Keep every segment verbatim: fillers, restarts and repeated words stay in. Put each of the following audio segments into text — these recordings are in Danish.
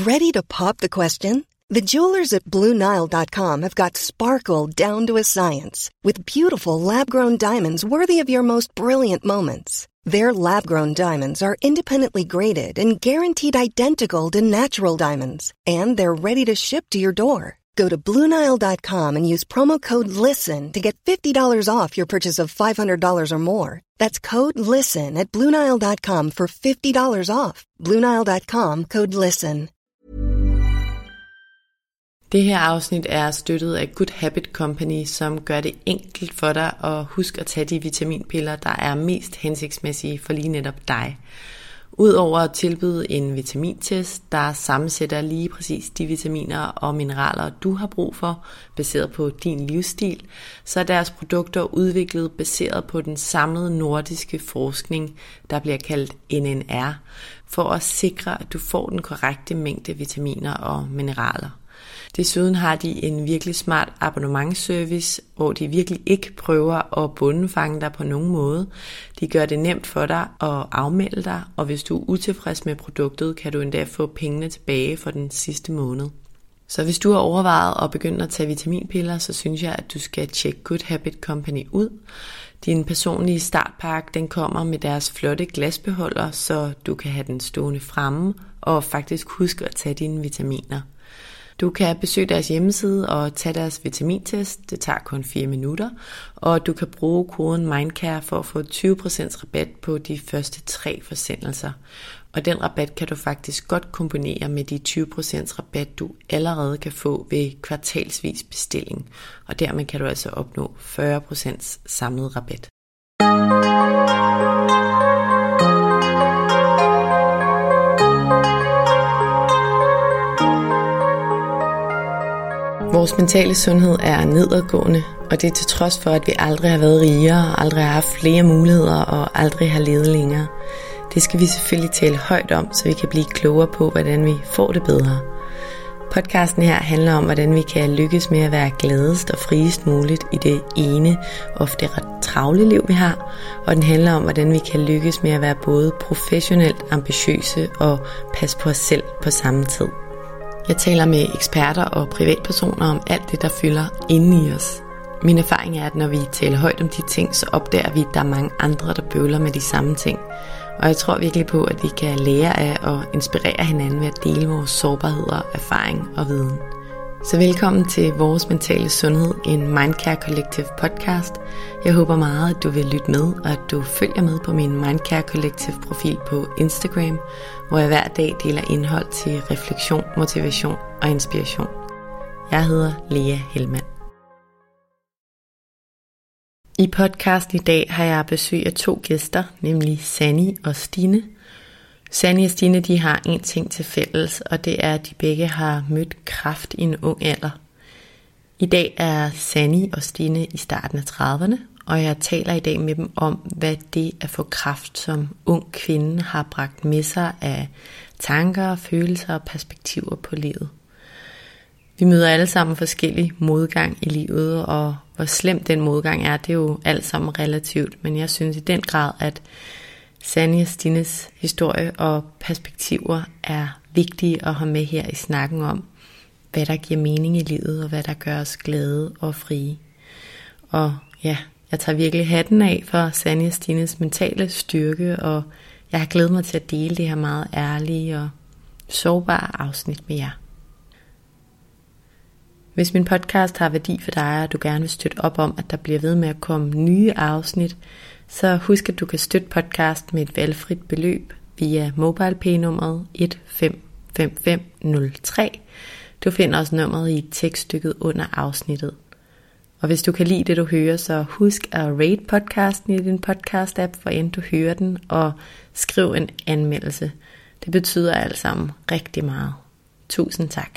Ready to pop the question? The jewelers at Blue Nile dot com have got sparkle down to a science with beautiful lab-grown diamonds worthy of your most brilliant moments. Their lab-grown diamonds are independently graded and guaranteed identical to natural diamonds, and they're ready to ship to your door. Go to Blue Nile dot com and use promo code LISTEN to get fifty dollars off your purchase of five hundred dollars or more. That's code LISTEN at Blue Nile dot com for fifty dollars off. Blue Nile dot com, code LISTEN. Det her afsnit er støttet af Good Habit Company, som gør det enkelt for dig at huske at tage de vitaminpiller, der er mest hensigtsmæssige for lige netop dig. Udover at tilbyde en vitamintest, der sammensætter lige præcis de vitaminer og mineraler, du har brug for, baseret på din livsstil, så er deres produkter udviklet baseret på den samlede nordiske forskning, der bliver kaldt N N R, for at sikre, at du får den korrekte mængde vitaminer og mineraler. Desuden har de en virkelig smart abonnementsservice, hvor de virkelig ikke prøver at bundefange dig på nogen måde. De gør det nemt for dig at afmelde dig, og hvis du er utilfreds med produktet, kan du endda få pengene tilbage for den sidste måned. Så hvis du har overvejet at begynde at tage vitaminpiller, så synes jeg, at du skal tjekke Good Habit Company ud. Din personlige startpakke, den kommer med deres flotte glasbeholder, så du kan have den stående fremme og faktisk huske at tage dine vitaminer. Du kan besøge deres hjemmeside og tage deres vitamintest. Det tager kun fire minutter. Og du kan bruge koden MINDCARE for at få tyve procent rabat på de første tre forsendelser. Og den rabat kan du faktisk godt kombinere med de tyve procent rabat, du allerede kan få ved kvartalsvis bestilling. Og dermed kan du altså opnå fyrre procent samlet rabat. Vores mentale sundhed er nedadgående, og det er til trods for, at vi aldrig har været rigere, aldrig har haft flere muligheder og aldrig har levet længere. Det skal vi selvfølgelig tale højt om, så vi kan blive klogere på, hvordan vi får det bedre. Podcasten her handler om, hvordan vi kan lykkes med at være gladest og friest muligt i det ene, ofte ret travle liv, vi har. Og den handler om, hvordan vi kan lykkes med at være både professionelt ambitiøse og passe på os selv på samme tid. Jeg taler med eksperter og privatpersoner om alt det, der fylder inde i os. Min erfaring er, at når vi taler højt om de ting, så opdager vi, at der er mange andre, der bøvler med de samme ting. Og jeg tror virkelig på, at vi kan lære af og inspirere hinanden ved at dele vores sårbarheder, erfaring og viden. Så velkommen til Vores Mentale Sundhed, en Mindcare Collective podcast. Jeg håber meget, at du vil lytte med, og at du følger med på min Mindcare Collective profil på Instagram, hvor jeg hver dag deler indhold til refleksion, motivation og inspiration. Jeg hedder Lea Helmand. I podcasten i dag har jeg besøg af to gæster, nemlig Sanni og Stine. Sanni og Stine, de har en ting til fælles, og det er, at de begge har mødt kræft i en ung alder. I dag er Sanni og Stine i starten af trediverne, og jeg taler i dag med dem om, hvad det at få kræft som ung kvinde har bragt med sig af tanker, følelser og perspektiver på livet. Vi møder alle sammen forskellig modgang i livet, og hvor slem den modgang er, det er jo alt sammen relativt, men jeg synes i den grad, at Sanni og Stines historie og perspektiver er vigtige at have med her i snakken om, hvad der giver mening i livet, og hvad der gør os glade og frie. Og ja, jeg tager virkelig hatten af for Sanni og Stines mentale styrke, og jeg har glædet mig til at dele det her meget ærlige og sårbare afsnit med jer. Hvis min podcast har værdi for dig, og du gerne vil støtte op om, at der bliver ved med at komme nye afsnit, så husk, at du kan støtte podcast med et valgfrit beløb via MobilePay-nummeret et fem fem fem nul tre. Du finder også nummeret i tekststykket under afsnittet. Og hvis du kan lide det, du hører, så husk at rate podcasten i din podcast-app, hvor end du hører den, og skriv en anmeldelse. Det betyder alt sammen rigtig meget. Tusind tak.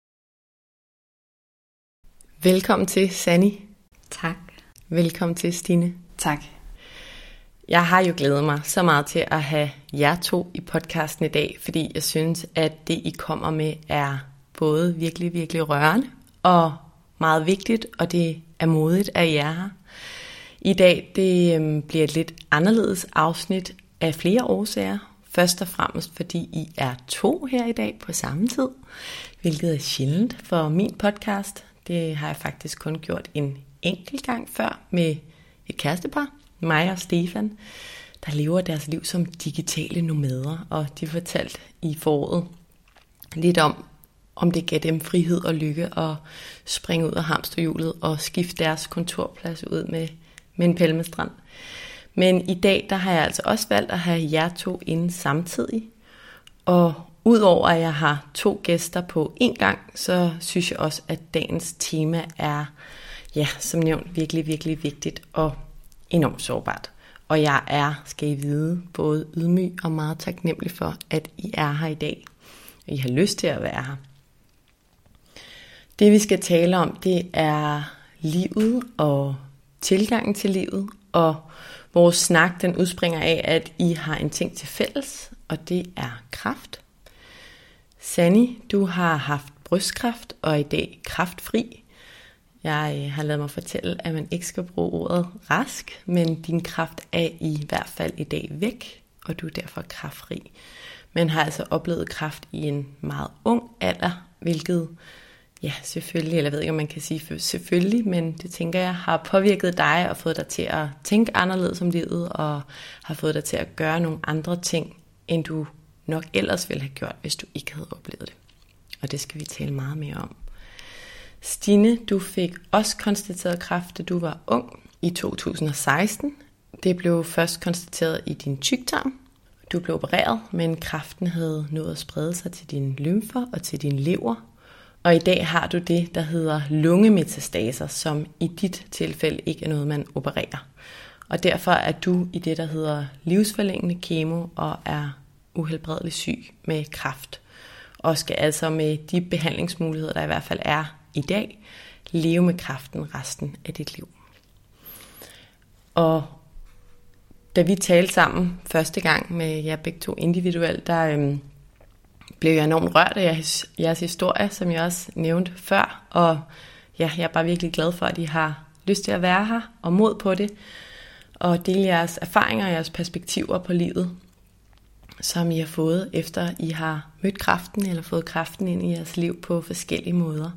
Velkommen til, Sanni. Tak. Velkommen til, Stine. Tak. Jeg har jo glædet mig så meget til at have jer to i podcasten i dag, fordi jeg synes, at det I kommer med er både virkelig, virkelig rørende og meget vigtigt, og det er modigt af jer her. I dag det øhm, bliver et lidt anderledes afsnit af flere årsager. Først og fremmest, fordi I er to her i dag på samme tid, hvilket er sjældent for min podcast. Det har jeg faktisk kun gjort en enkelt gang før med et kærestepar, mig og Stefan, der lever deres liv som digitale nomader, og de fortalte i foråret lidt om, om det gav dem frihed og lykke at springe ud af hamsterhjulet og skifte deres kontorplads ud med, med en palmestrand. Men i dag, der har jeg altså også valgt at have jer to inde samtidig. Og udover at jeg har to gæster på en gang, så synes jeg også, at dagens tema er, ja, som nævnt, virkelig, virkelig vigtigt og enormt sårbart. Og jeg er, skal I vide, både ydmyg og meget taknemmelig for, at I er her i dag. Og I har lyst til at være her. Det vi skal tale om, det er livet og tilgangen til livet. Og vores snak, den udspringer af, at I har en ting til fælles, og det er kræft. Sanni, du har haft brystkræft og er i dag kræftfri. Jeg har ladet mig fortælle, at man ikke skal bruge ordet rask, men din kræft er i hvert fald i dag væk, og du er derfor kræftfri. Men har altså oplevet kræft i en meget ung alder, hvilket, ja, selvfølgelig, eller jeg ved ikke, om man kan sige selvfølgelig, men det tænker jeg, har påvirket dig og fået dig til at tænke anderledes om livet, og har fået dig til at gøre nogle andre ting, end du nok ellers ville have gjort, hvis du ikke havde oplevet det. Og det skal vi tale meget mere om. Stine, du fik også konstateret kræft, da du var ung i to tusind og seksten. Det blev først konstateret i din tyktarm. Du blev opereret, men kræften havde nået at sprede sig til dine lymfer og til din lever. Og i dag har du det, der hedder lungemetastaser, som i dit tilfælde ikke er noget, man opererer. Og derfor er du i det, der hedder livsforlængende kemo og er uhelbredelig syg med kræft. Og skal altså med de behandlingsmuligheder, der i hvert fald er i dag, leve med kræften resten af dit liv. Og da vi talte sammen første gang med jer begge to individuelt, der øhm, blev jeg enormt rørt af jeres, jeres historie, som jeg også nævnte før. Og ja, jeg er bare virkelig glad for, at I har lyst til at være her og mod på det. Og dele jeres erfaringer og jeres perspektiver på livet, som I har fået, efter I har mødt kræften eller fået kræften ind i jeres liv på forskellige måder.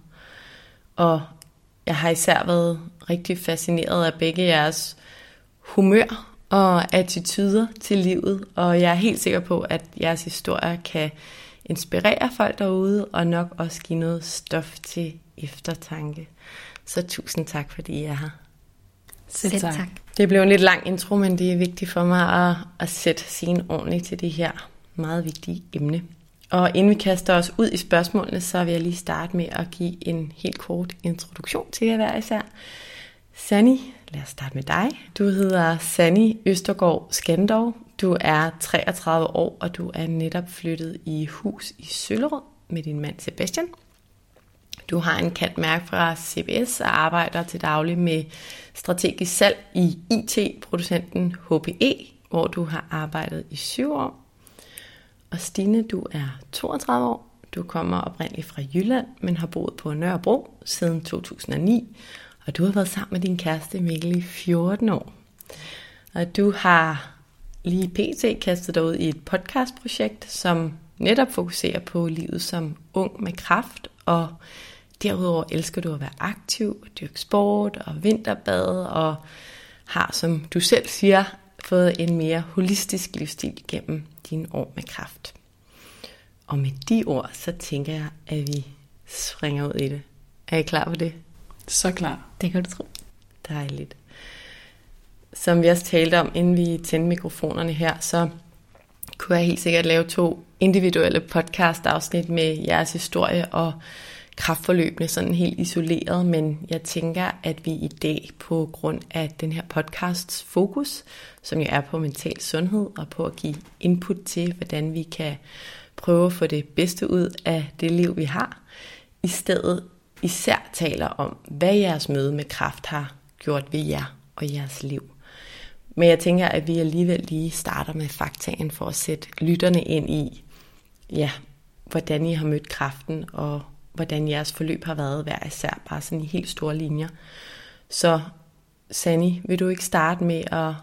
Og jeg har især været rigtig fascineret af begge jeres humør og attityder til livet, og jeg er helt sikker på, at jeres historier kan inspirere folk derude, og nok også give noget stof til eftertanke. Så tusind tak, fordi I er her. Selv tak. Det blev en lidt lang intro, men det er vigtigt for mig at, at sætte scenen ordentligt til det her meget vigtige emne. Og inden vi kaster os ud i spørgsmålene, så vil jeg lige starte med at give en helt kort introduktion til jer hver især. Sanni, lad os starte med dig. Du hedder Sanni Østergaard Skandov. Du er treogtredive år, og du er netop flyttet i hus i Søllerød med din mand Sebastian. Du har en cand.merc fra C B S og arbejder til daglig med strategisk salg i I T-producenten H P E, hvor du har arbejdet i syv år. Og Stine, du er toogtredive år. Du kommer oprindeligt fra Jylland, men har boet på Nørrebro siden to tusind og ni. Og du har været sammen med din kæreste Mikkel i fjorten år. Og du har lige pt. Kastet dig ud i et podcastprojekt, som netop fokuserer på livet som ung med kræft. Og derudover elsker du at være aktiv, dyrke sport og vinterbade. Og har, som du selv siger, fået en mere holistisk livsstil gennem dine år med kræft. Og med de ord, så tænker jeg, at vi springer ud i det. Er I klar på det? Så klar. Det kan du tro. Dejligt. Som vi også talte om, inden vi tændte mikrofonerne her, så kunne jeg helt sikkert lave to individuelle podcast-afsnit med jeres historie og kræftforløbene sådan helt isoleret, men jeg tænker, at vi i dag på grund af den her podcasts fokus, som jo er på mental sundhed og på at give input til, hvordan vi kan prøve at få det bedste ud af det liv, vi har, i stedet især taler om, hvad jeres møde med kræft har gjort ved jer og jeres liv. Men jeg tænker, at vi alligevel lige starter med faktaen for at sætte lytterne ind i, ja, hvordan I har mødt kræften, og hvordan jeres forløb har været hver især, bare sådan i helt store linjer. Så Sanni, vil du ikke starte med at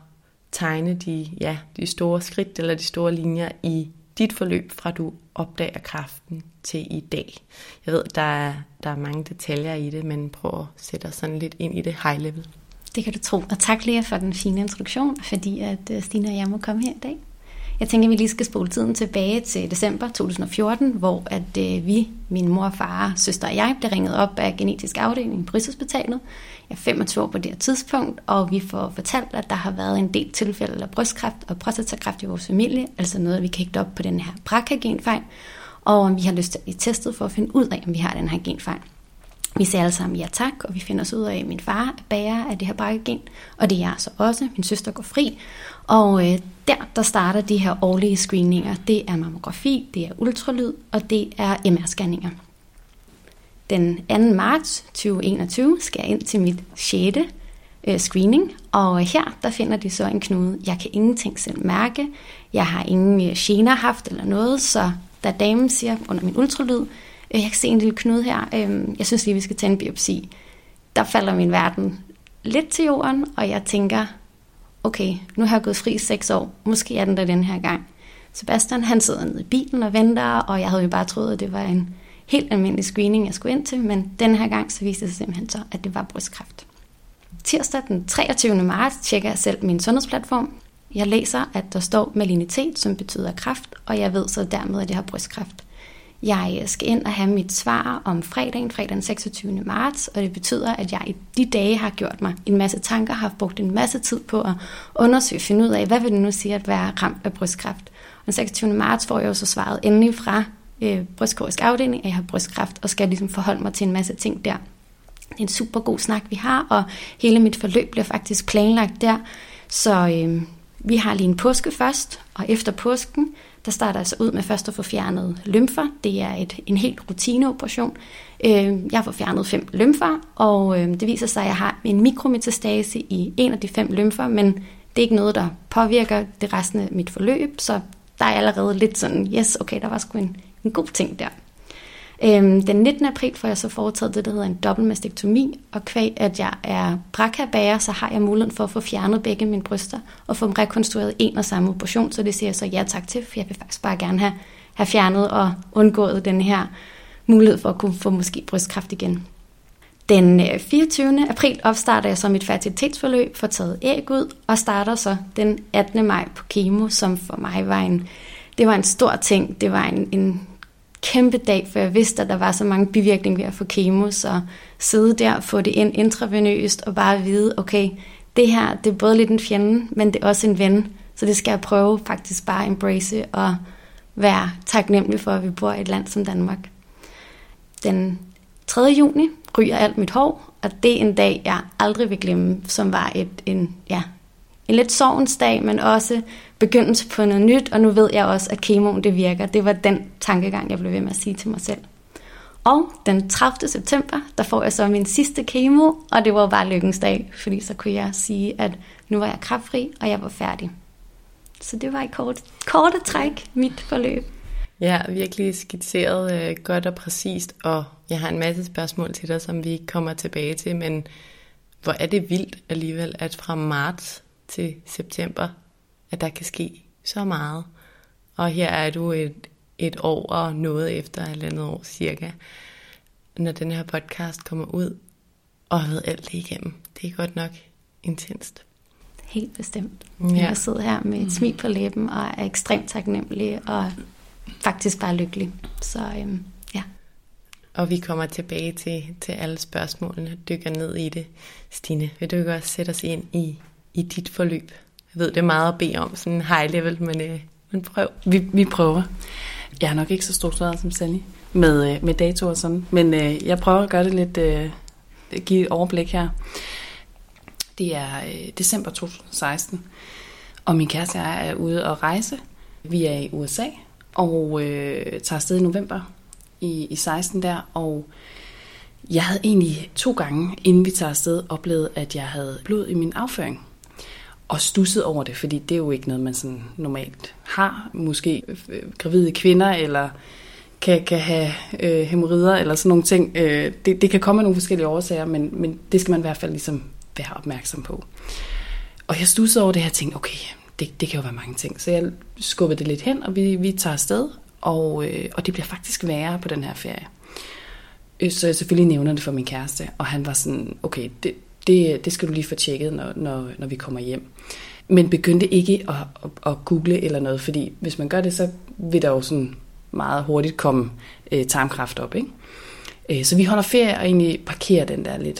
tegne de, ja, de store skridt eller de store linjer i dit forløb, fra du opdager kræften til i dag. Jeg ved, der er, der er mange detaljer i det, men prøv at sætte os sådan lidt ind i det high level. Det kan du tro. Og tak, Lea, for den fine introduktion, fordi at Stine og jeg må komme her i dag. Jeg tænker, at vi lige skal spole tiden tilbage til december to tusind og fjorten, hvor at øh, vi, min mor, far, søster og jeg, blev ringet op af genetisk afdeling på Rigshospitalet. Jeg er femogtyve år på det her tidspunkt, og vi får fortalt, at der har været en del tilfælde af brystkræft og prostatakræft i vores familie, altså noget, vi kan hægte op på den her B R C A-genfejl, og vi har lyst til at blive testet for at finde ud af, om vi har den her genfejl. Vi siger alle sammen ja tak, og vi finder os ud af, at min far er bærer af det her B R C A-gen, og det er jeg så også. Min søster går fri, og øh, der, der starter de her årlige screeninger. Det er mammografi, det er ultralyd, og det er M R-scanninger. Den anden marts to tusind og enogtyve skal jeg ind til mit sjette øh, screening, og her der finder de så en knude. Jeg kan ingenting selv mærke, jeg har ingen gener haft eller noget, så da damen siger under min ultralyd, jeg kan se en lille knude her, jeg synes lige, vi skal tage en biopsi. Der falder min verden lidt til jorden, og jeg tænker, okay, nu har jeg gået fri i seks år, måske er den der den her gang. Sebastian, han sidder nede i bilen og venter, og jeg havde jo bare troet, at det var en helt almindelig screening, jeg skulle ind til, men den her gang, så viste det sig simpelthen så, at det var brystkræft. Tirsdag den treogtyvende marts tjekker jeg selv min sundhedsplatform. Jeg læser, at der står malignitet, som betyder kræft, og jeg ved så dermed, at det har brystkræft. Jeg skal ind og have mit svar om fredagen, fredag den seksogtyvende marts, og det betyder, at jeg i de dage har gjort mig en masse tanker, har brugt en masse tid på at undersøge, finde ud af, hvad vil det nu sige at være ramt af brystkræft. Og den seksogtyvende marts får jeg jo så svaret endelig fra øh, brystkirurgisk afdeling, at jeg har brystkræft, og skal ligesom forholde mig til en masse ting der. Det er en super god snak, vi har, og hele mit forløb bliver faktisk planlagt der. Så øh, vi har lige en påske først, og efter påsken, der starter altså ud med først at få fjernet lymfer. Det er et, en helt rutineoperation. Jeg får fjernet fem lymfer, og det viser sig, at jeg har en mikrometastase i en af de fem lymfer, men det er ikke noget, der påvirker det resten af mit forløb, så der er allerede lidt sådan, yes, okay, der var sgu en, en god ting der. Den nittende april får jeg så foretaget det, der hedder en dobbeltmastektomi, og kvæg at jeg er B R C A-bærer, så har jeg muligheden for at få fjernet begge mine bryster og få dem rekonstrueret en og samme operation, så det siger jeg så ja tak til, for jeg vil faktisk bare gerne have, have fjernet og undgået den her mulighed for at kunne få måske brystkræft igen. Den fireogtyvende april opstarter jeg så mit fertilitetsforløb, får taget æg ud og starter så den attende maj på kemo, som for mig var en, det var en stor ting, det var en, en kæmpe dag, for jeg vidste, at der var så mange bivirkninger ved at få kemo, så sidde der, få det ind intravenøst og bare vide, okay, det her, det er både lidt en fjende, men det er også en ven, så det skal jeg prøve faktisk bare at embrace og være taknemmelig for, at vi bor i et land som Danmark. Den tredje juni ryger alt mit hår, og det er en dag, jeg aldrig vil glemme, som var et, en, ja, en lidt sorgens dag, men også begyndelse på noget nyt, og nu ved jeg også, at kemoen det virker. Det var den tankegang, jeg blev ved med at sige til mig selv. Og den tredivte september, der får jeg så min sidste kemo, og det var bare lykkens dag, fordi så kunne jeg sige, at nu var jeg kræftfri, og jeg var færdig. Så det var i kort, korte træk mit forløb. Ja, virkelig skitseret øh, godt og præcist, og jeg har en masse spørgsmål til dig, som vi ikke kommer tilbage til, men hvor er det vildt alligevel, at fra marts til september, at der kan ske så meget. Og her er du et, et år og noget efter et eller andet år cirka, når den her podcast kommer ud, og har været alt det igennem. Det er godt nok intenst. Helt bestemt. Ja. Jeg sidder her med et smil på læben, og er ekstremt taknemmelig, og faktisk bare lykkelig. Så øhm, ja. Og vi kommer tilbage til, til alle spørgsmålene og dykker ned i det. Stine, vil du ikke også sætte os ind i, i dit forløb? Jeg ved, det er meget at bede om, sådan high level, men, øh, men prøv. Vi, vi prøver. Jeg er nok ikke så struktureret som Sally med, øh, med datoer og sådan, men øh, jeg prøver at gøre det lidt, øh, give et overblik her. Det er øh, december to tusind og seksten, og min kæreste og jeg er ude at rejse. Vi er i U S A, og øh, tager afsted i november i, i seksten der, og jeg havde egentlig to gange, inden vi tager afsted, oplevet, at jeg havde blod i min afføring. Og stusset over det, fordi det er jo ikke noget, man sådan normalt har. Måske øh, gravide kvinder, eller kan, kan have øh, hæmorider, eller sådan nogle ting. Øh, det, det kan komme af nogle forskellige årsager, men, men det skal man i hvert fald ligesom være opmærksom på. Og jeg studsede over det her og tænkte, okay, det, det kan jo være mange ting. Så jeg skubbede det lidt hen, og vi, vi tager afsted, og, øh, og det bliver faktisk værre på den her ferie. Så jeg selvfølgelig nævner det for min kæreste, og han var sådan, okay, det, det, det skal du lige få tjekket, når, når, når vi kommer hjem. Men begyndte ikke at, at, at google eller noget, fordi hvis man gør det, så vil der jo sådan meget hurtigt komme øh, tarmkræft op, ikke? Øh, så vi holder ferie og egentlig parkerer den der lidt.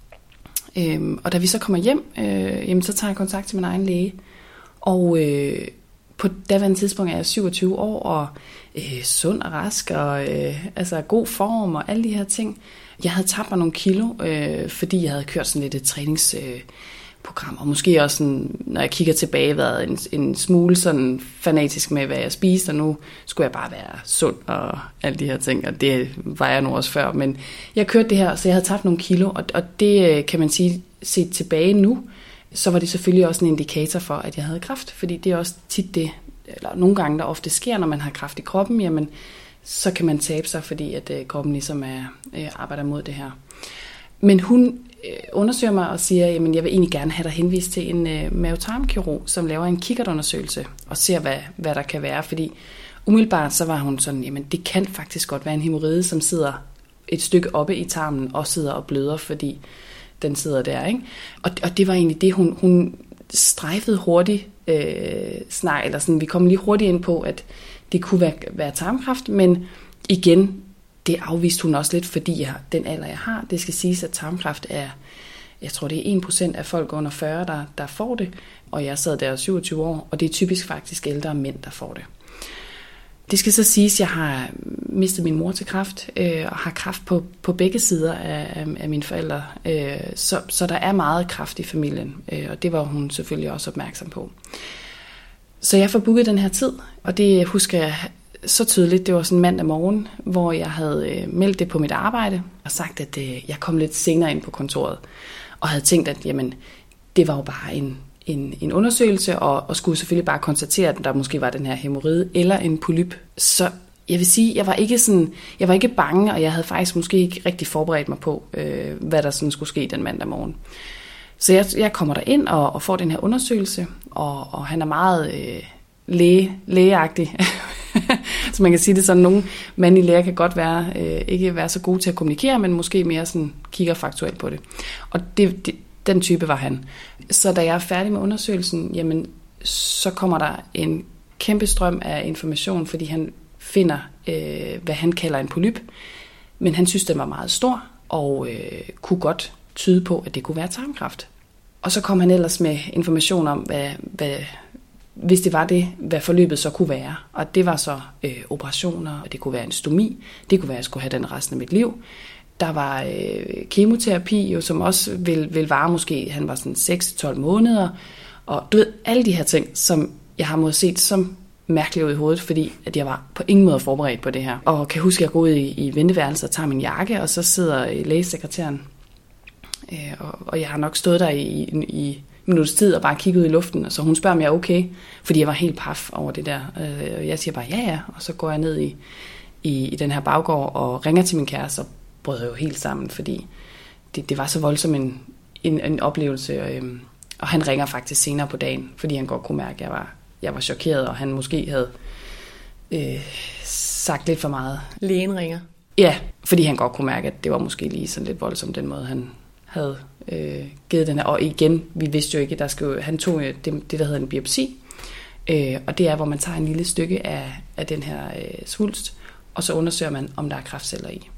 Øh, og da vi så kommer hjem, øh, jamen, så tager jeg kontakt til min egen læge, og øh, på daværende tidspunkt er jeg syvogtyve år, og øh, sund og rask, og øh, altså god form, og alle de her ting. Jeg havde tabt mig nogle kilo, øh, fordi jeg havde kørt sådan lidt et træningsprogram, øh, og måske også, sådan, når jeg kigger tilbage, været en, en smule sådan fanatisk med, hvad jeg spiste, og nu skulle jeg bare være sund, og alle de her ting, og det var jeg nu også før. Men jeg kørte det her, så jeg havde tabt nogle kilo, og, og det kan man sige, set tilbage nu, så var det selvfølgelig også en indikator for, at jeg havde kræft, fordi det er også tit det, eller nogle gange der ofte sker, når man har kræft i kroppen, jamen så kan man tabe sig, fordi at øh, kroppen ligesom er, øh, arbejder mod det her. Men hun øh, undersøger mig og siger, jamen jeg vil egentlig gerne have dig henvist til en øh, mavetarmkirurg, som laver en kikkertundersøgelse og ser, hvad, hvad der kan være, fordi umiddelbart så var hun sådan, jamen det kan faktisk godt være en hæmoride, som sidder et stykke oppe i tarmen og sidder og bløder, fordi den sidder der, ikke? Og, og det var egentlig det, hun, hun strejfede hurtigt, øh, snak, eller sådan, vi kom lige hurtigt ind på, at det kunne være, være tarmkræft, men igen, det afviste hun også lidt, fordi jeg, den alder, jeg har, det skal siges, at tarmkræft er, jeg tror, det er en procent af folk under fyrre, der, der får det, og jeg sad der syvogtyve år, og det er typisk faktisk ældre mænd, der får det. Det skal så siges, at jeg har mistet min mor til kræft, øh, og har kræft på, på begge sider af, af mine forældre. Øh, så, så der er meget kræft i familien, øh, og det var hun selvfølgelig også opmærksom på. Så jeg får booket den her tid, og det husker jeg så tydeligt. Det var sådan mandag morgen, hvor jeg havde øh, meldt det på mit arbejde, og sagt, at øh, jeg kom lidt senere ind på kontoret, og havde tænkt, at jamen, det var jo bare en... En, en undersøgelse, og, og skulle selvfølgelig bare konstatere, at der måske var den her hæmoride eller en polyp. Så jeg vil sige, jeg var ikke sådan, jeg var ikke bange, og jeg havde faktisk måske ikke rigtig forberedt mig på, øh, hvad der sådan skulle ske den mandag morgen. Så jeg, jeg kommer der ind og, og får den her undersøgelse, og, og han er meget øh, læge, lægeagtig. Så man kan sige det sådan, nogle mandlige læger kan godt være, øh, ikke være så gode til at kommunikere, men måske mere sådan kigger faktuelt på det. Og det, det den type var han. Så da jeg er færdig med undersøgelsen, jamen, så kommer der en kæmpe strøm af information, fordi han finder, øh, hvad han kalder en polyp. Men han synes, den var meget stor, og øh, kunne godt tyde på, at det kunne være tarmkræft. Og så kom han ellers med information om, hvad, hvad, hvis det var det, hvad forløbet så kunne være. Og det var så øh, operationer, og det kunne være en stomi. Det kunne være, at jeg skulle have den resten af mit liv. Der var øh, kemoterapi, jo, som også vil, vil vare måske, han var sådan seks til tolv måneder. Og du ved, alle de her ting, som jeg har måttet set som mærkeligt ud i hovedet, fordi at jeg var på ingen måde forberedt på det her. Og kan huske, at jeg går ud i, i venteværelset og tager min jakke, og så sidder lægesekretæren. Øh, og, og jeg har nok stået der i, i, i minutters tid og bare kigget ud i luften, og så hun spørger, om jeg er okay, fordi jeg var helt paf over det der. Øh, og jeg siger bare, ja ja, og så går jeg ned i, i, i den her baggård og ringer til min kæreste, og brød jo helt sammen, fordi det, det var så voldsom en, en, en oplevelse, øhm, og han ringer faktisk senere på dagen, fordi han godt kunne mærke, at jeg var, jeg var chokeret, og han måske havde øh, sagt lidt for meget. Lægen ringer? Ja, fordi han godt kunne mærke, at det var måske lige sådan lidt voldsomt, den måde han havde øh, givet den her. Og igen, vi vidste jo ikke, der skulle, han tog det, det, der hedder en biopsi, øh, og det er, hvor man tager en lille stykke af, af den her øh, svulst, og så undersøger man, om der er kræftceller i.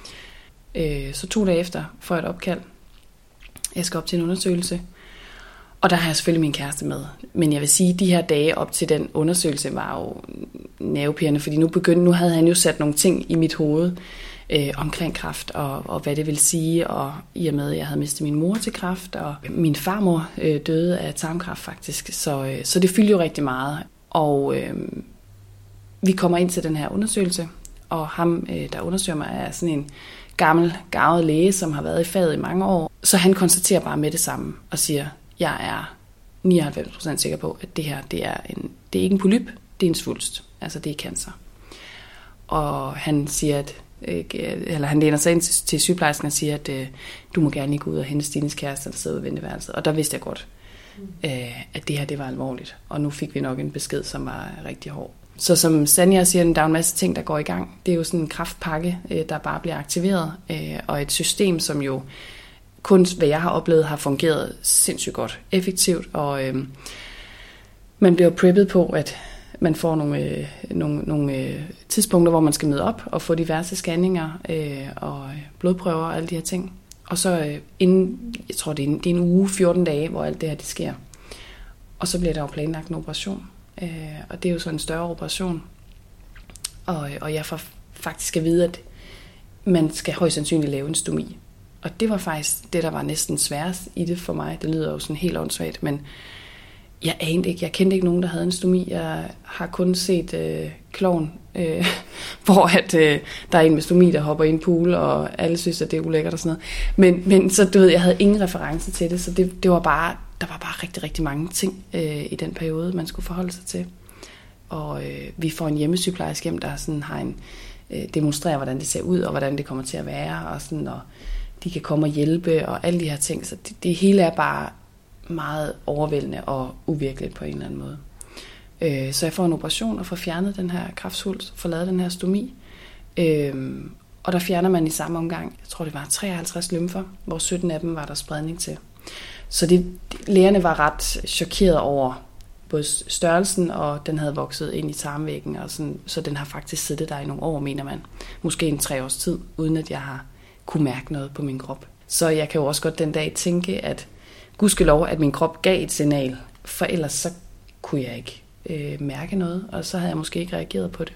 Så to dage efter får jeg et opkald. Jeg skal op til en undersøgelse. Og der har jeg selvfølgelig min kæreste med. Men jeg vil sige, at de her dage op til den undersøgelse var jo nervepirrende, fordi nu, begyndte, nu havde han jo sat nogle ting i mit hoved øh, omkring kræft, og, og hvad det vil sige. Og i og med, at jeg havde mistet min mor til kræft, og min farmor øh, døde af tarmkræft faktisk. Så, øh, så det fyldte jo rigtig meget. Og øh, vi kommer ind til den her undersøgelse, og ham, øh, der undersøger mig, er sådan en gammel, garvet læge, som har været i faget i mange år. Så han konstaterer bare med det samme og siger, jeg er nioghalvfems procent sikker på, at det her, det er, en, det er ikke en polyp, det er en svulst. Altså det er cancer. Og han siger, at, eller han læner sig ind til, til sygeplejersken og siger, at du må gerne lige gå ud og hente Stines kæreste, der sidder ved venteværelset. Og der vidste jeg godt, øh, at det her det var alvorligt. Og nu fik vi nok en besked, som var rigtig hård. Så som Sanja siger, der er en masse ting, der går i gang. Det er jo sådan en kræftpakke, øh, der bare bliver aktiveret, øh, og et system, som jo kun, hvad jeg har oplevet, har fungeret sindssygt godt, effektivt, og øh, man bliver preppet på, at man får nogle, øh, nogle, nogle øh, tidspunkter, hvor man skal møde op og få diverse scanninger øh, og blodprøver og alle de her ting. Og så øh, inden, jeg tror det er, en, det er en uge, fjorten dage, hvor alt det her det sker. Og så bliver der jo planlagt en operation. Øh, og det er jo så en større operation. Og, og jeg får faktisk at vide, at man skal højst sandsynligt lave en stomi. Og det var faktisk det, der var næsten sværest i det for mig. Det lyder jo sådan helt åndssvagt, men jeg anede ikke. Jeg kendte ikke nogen, der havde en stomi. Jeg har kun set øh, Klovn, øh, hvor at, øh, der er en med stomi, der hopper i en pool, og alle synes, at det er ulækkert og sådan noget. Men, men så du ved, jeg havde ingen reference til det, så det, det var bare, der var bare rigtig, rigtig mange ting øh, i den periode, man skulle forholde sig til. Og øh, vi får en hjemmesygeplejerske hjem, der sådan har en, øh, demonstrerer, hvordan det ser ud, og hvordan det kommer til at være, og sådan, og de kan komme og hjælpe, og alle de her ting. Så det, det hele er bare meget overvældende og uvirkeligt på en eller anden måde. Øh, så jeg får en operation og får fjernet den her kræftsvulst, får lavet den her stomi. Øh, og der fjerner man i samme omgang, jeg tror det var treoghalvtreds lymfer, hvor sytten af dem var der spredning til. Så det, lægerne var ret chokeret over både størrelsen, og den havde vokset ind i tarmvæggen, og sådan, så den har faktisk siddet der i nogle år, mener man. Måske en tre års tid, uden at jeg har kunne mærke noget på min krop. Så jeg kan jo også godt den dag tænke, at gudskelov, at min krop gav et signal, for ellers så kunne jeg ikke øh, mærke noget, og så havde jeg måske ikke reageret på det.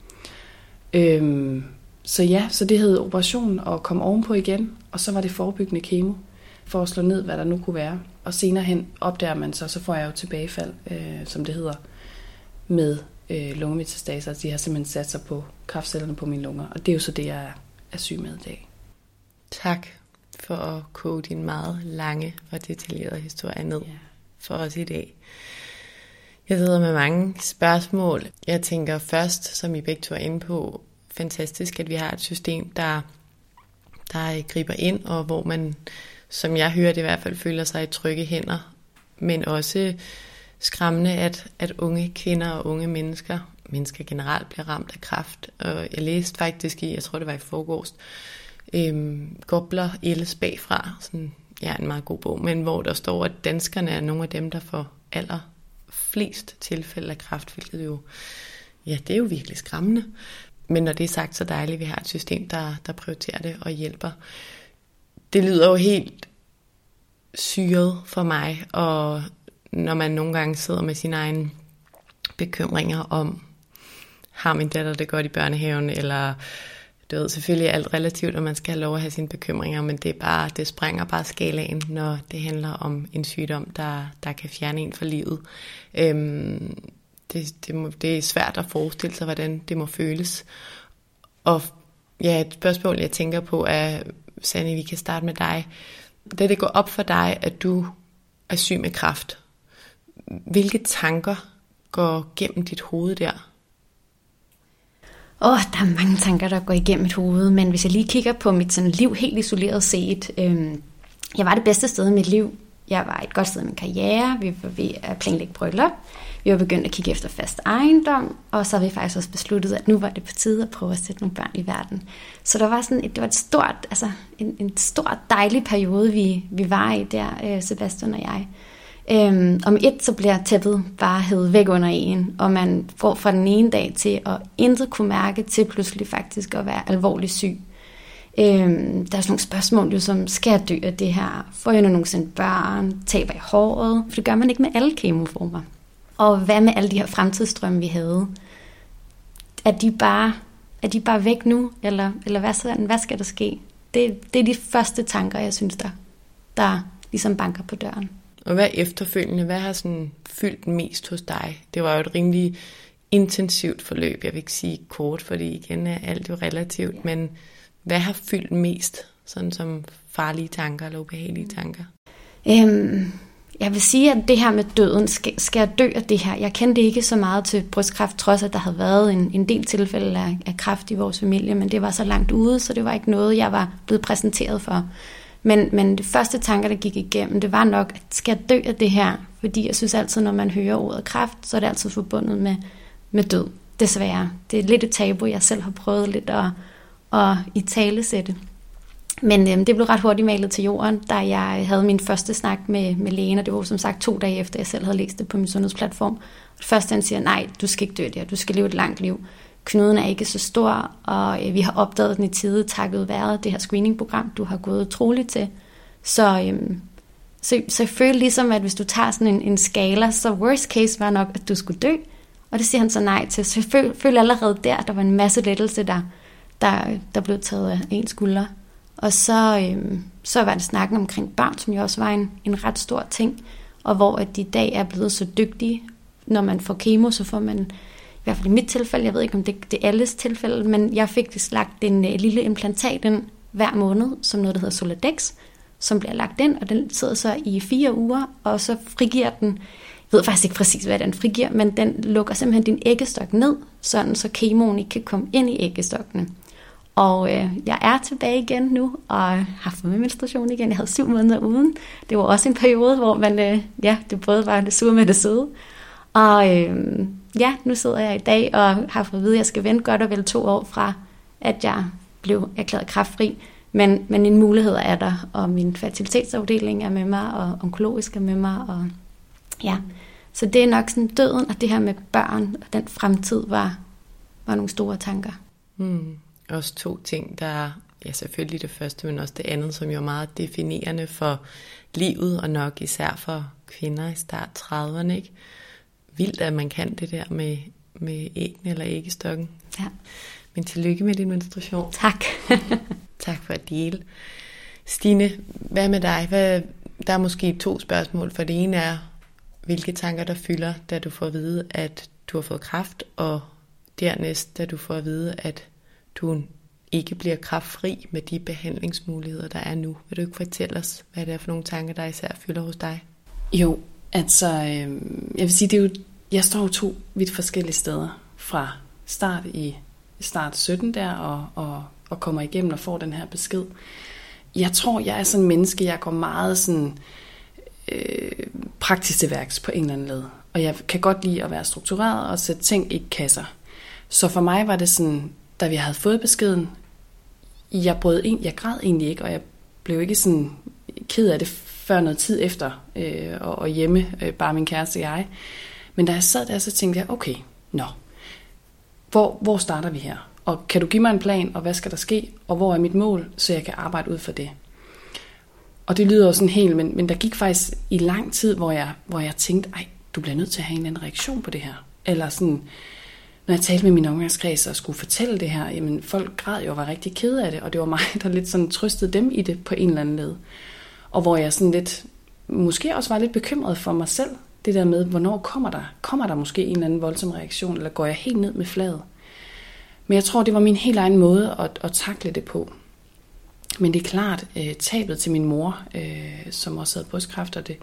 Øhm, så ja, så det hed operation og kom ovenpå igen, og så var det forebyggende kemo, for at slå ned, hvad der nu kunne være. Og senere hen opdager man så, så får jeg jo tilbagefald, øh, som det hedder, med øh, lungemetastaser. De har simpelthen sat sig på kræftcellerne på mine lunger, og det er jo så det, jeg er syg med i dag. Tak for at koge din meget lange og detaljerede historie ned yeah. for os i dag. Jeg sidder med mange spørgsmål. Jeg tænker først, som I begge to er inde på, fantastisk, at vi har et system, der, der griber ind, og hvor man, som jeg hører det i hvert fald, føler sig i trygge hænder, men også skræmmende, at, at unge kvinder og unge mennesker, mennesker generelt, bliver ramt af kræft. Og jeg læste faktisk i, jeg tror det var i forgårs, Øhm, Gobler ældes bagfra, sådan, ja, en meget god bog, men hvor der står, at danskerne er nogle af dem, der får aller flest tilfælde af kræft, hvilket jo, ja, det er jo virkelig skræmmende. Men når det er sagt, så dejligt, at vi har et system, der, der prioriterer det og hjælper. Det lyder jo helt syret for mig, og når man nogle gange sidder med sine egne bekymringer om, har min datter det godt i børnehaven, eller du ved, selvfølgelig er alt relativt, og man skal have lov at have sine bekymringer, men det, er bare, det sprænger bare skalaen, når det handler om en sygdom, der, der kan fjerne en fra livet. Øhm, det, det, må, det er svært at forestille sig, hvordan det må føles. Og ja, et spørgsmål, jeg tænker på, er, Sanne, vi kan starte med dig. Da det går op for dig, at du er syg med kræft, hvilke tanker går gennem dit hoved der? Åh, oh, der er mange tanker, der går igennem mit hoved, men hvis jeg lige kigger på mit sådan, liv helt isoleret set, øhm, jeg var det bedste sted i mit liv. Jeg var et godt sted i min karriere, vi var ved at planlægge bryllup, vi var begyndt at kigge efter fast ejendom, og så har vi faktisk også besluttet, at nu var det på tide at prøve at sætte nogle børn i verden. Så der var sådan et, det var et stort, altså en, en stor dejlig periode, vi, vi var i der, Sebastian og jeg. Øhm, om et, så bliver tæppet bare hævet væk under en, og man går fra den ene dag til at intet kunne mærke, til pludselig faktisk at være alvorligt syg. Øhm, der er sådan nogle spørgsmål, jo, som skal jeg dø af det her? Får jeg nu nogensinde børn? Taber i håret? For det gør man ikke med alle kemoformer. Og hvad med alle de her fremtidsdrømme, vi havde? Er de bare, er de bare væk nu? Eller, eller hvad, så, hvad skal der ske? Det, det er de første tanker, jeg synes, der, der ligesom banker på døren. Og hvad efterfølgende, hvad har sådan fyldt mest hos dig? Det var jo et rimelig intensivt forløb, jeg vil ikke sige kort, fordi igen er alt jo relativt, ja. Men hvad har fyldt mest, sådan som farlige tanker eller ubehagelige tanker? Øhm, jeg vil sige, at det her med døden, skal, skal jeg dø af det her? Jeg kendte ikke så meget til brystkræft, trods at der havde været en, en del tilfælde af, af kræft i vores familie, men det var så langt ude, så det var ikke noget, jeg var blevet præsenteret for. Men, men det første tanker, der gik igennem, det var nok, at skal jeg dø af det her? Fordi jeg synes altid, når man hører ordet kræft, så er det altid forbundet med, med død. Desværre. Det er lidt et tabu, jeg selv har prøvet lidt at, at italesætte. Men øhm, det blev ret hurtigt malet til jorden, da jeg havde min første snak med, med lægen, og det var som sagt to dage efter, jeg selv havde læst det på min sundhedsplatform. Først han siger, nej, du skal ikke dø der, du skal leve et langt liv. Knuden er ikke så stor, og øh, vi har opdaget den i tide, takket være det her screeningprogram, du har gået troligt til. Så, øhm, så, så jeg følte ligesom, at hvis du tager sådan en, en skala, så worst case var nok, at du skulle dø. Og det siger han så nej til. Så jeg følte føl allerede der, der var en masse lettelse, der, der, der blev taget af en skulder. Og så, øhm, så var det snakken omkring børn, som jo også var en, en ret stor ting. Og hvor at de i dag er blevet så dygtige. Når man får kemo, så får man, i hvert fald i mit tilfælde, jeg ved ikke om det, det er alles tilfælde, men jeg fik lagt en uh, lille implantat ind hver måned, som noget, der hedder Soladex, som bliver lagt ind, og den sidder så i fire uger, og så frigiver den, jeg ved faktisk ikke præcis, hvad den frigiver, men den lukker simpelthen din æggestok ned, sådan så kemoen ikke kan komme ind i æggestokkene. Og øh, jeg er tilbage igen nu, og har fået min menstruation igen. Jeg havde syv måneder uden. Det var også en periode, hvor man, øh, ja, det både var det sure med det søde. Og øh, ja, nu sidder jeg i dag og har fået at vide, at jeg skal vente godt og vel to år fra, at jeg blev erklæret kræftfri. Men, men en mulighed er der, og min fertilitetsafdeling er med mig, og onkologisk er med mig. Og, ja. Så det er nok sådan døden, og det her med børn, og den fremtid var, var nogle store tanker. Mm. Også to ting, der er ja, selvfølgelig det første, men også det andet, som jo er meget definerende for livet, og nok især for kvinder i start trediverne, ikke? Vildt, at man kan det der med, med æggene eller æggestokken. Ja. Men tillykke med din menstruation. Tak. Tak for at dele. Stine, hvad med dig? Hvad, der er måske to spørgsmål, for det ene er, hvilke tanker der fylder, da du får at vide, at du har fået kræft, og dernæst, da du får at vide, at du ikke bliver kræftfri med de behandlingsmuligheder, der er nu. Vil du ikke fortælle os, hvad det er for nogle tanker, der især fylder hos dig? Jo, altså, øh, jeg vil sige, det er jo, jeg står jo to vidt forskellige steder fra start i start sytten der, og, og, og kommer igennem og får den her besked. Jeg tror, jeg er sådan en menneske, jeg går meget sådan øh, praktisk til værks på en eller anden led. Og jeg kan godt lide at være struktureret og sætte ting i kasser. Så for mig var det sådan, da vi havde fået beskeden, jeg brød ind, jeg græd egentlig ikke, og jeg blev ikke sådan ked af det før noget tid efter, øh, og, og hjemme, øh, bare min kæreste og jeg. Men da jeg sad der, så tænkte jeg, okay, nå, hvor, hvor starter vi her? Og kan du give mig en plan, og hvad skal der ske, og hvor er mit mål, så jeg kan arbejde ud for det? Og det lyder jo sådan helt, men, men der gik faktisk i lang tid, hvor jeg, hvor jeg tænkte, ej, du bliver nødt til at have en anden reaktion på det her. Eller sådan, når jeg talte med min omgangskreds og skulle fortælle det her, jamen folk græd jo og var rigtig kede af det, og det var mig, der lidt sådan trøstede dem i det på en eller anden led. Og hvor jeg sådan lidt, måske også var lidt bekymret for mig selv, det der med, hvornår kommer der? Kommer der måske en eller anden voldsom reaktion, eller går jeg helt ned med flaget? Men jeg tror, det var min helt egen måde at, at takle det på. Men det er klart, øh, tabet til min mor, øh, som også havde brystkræft, og det,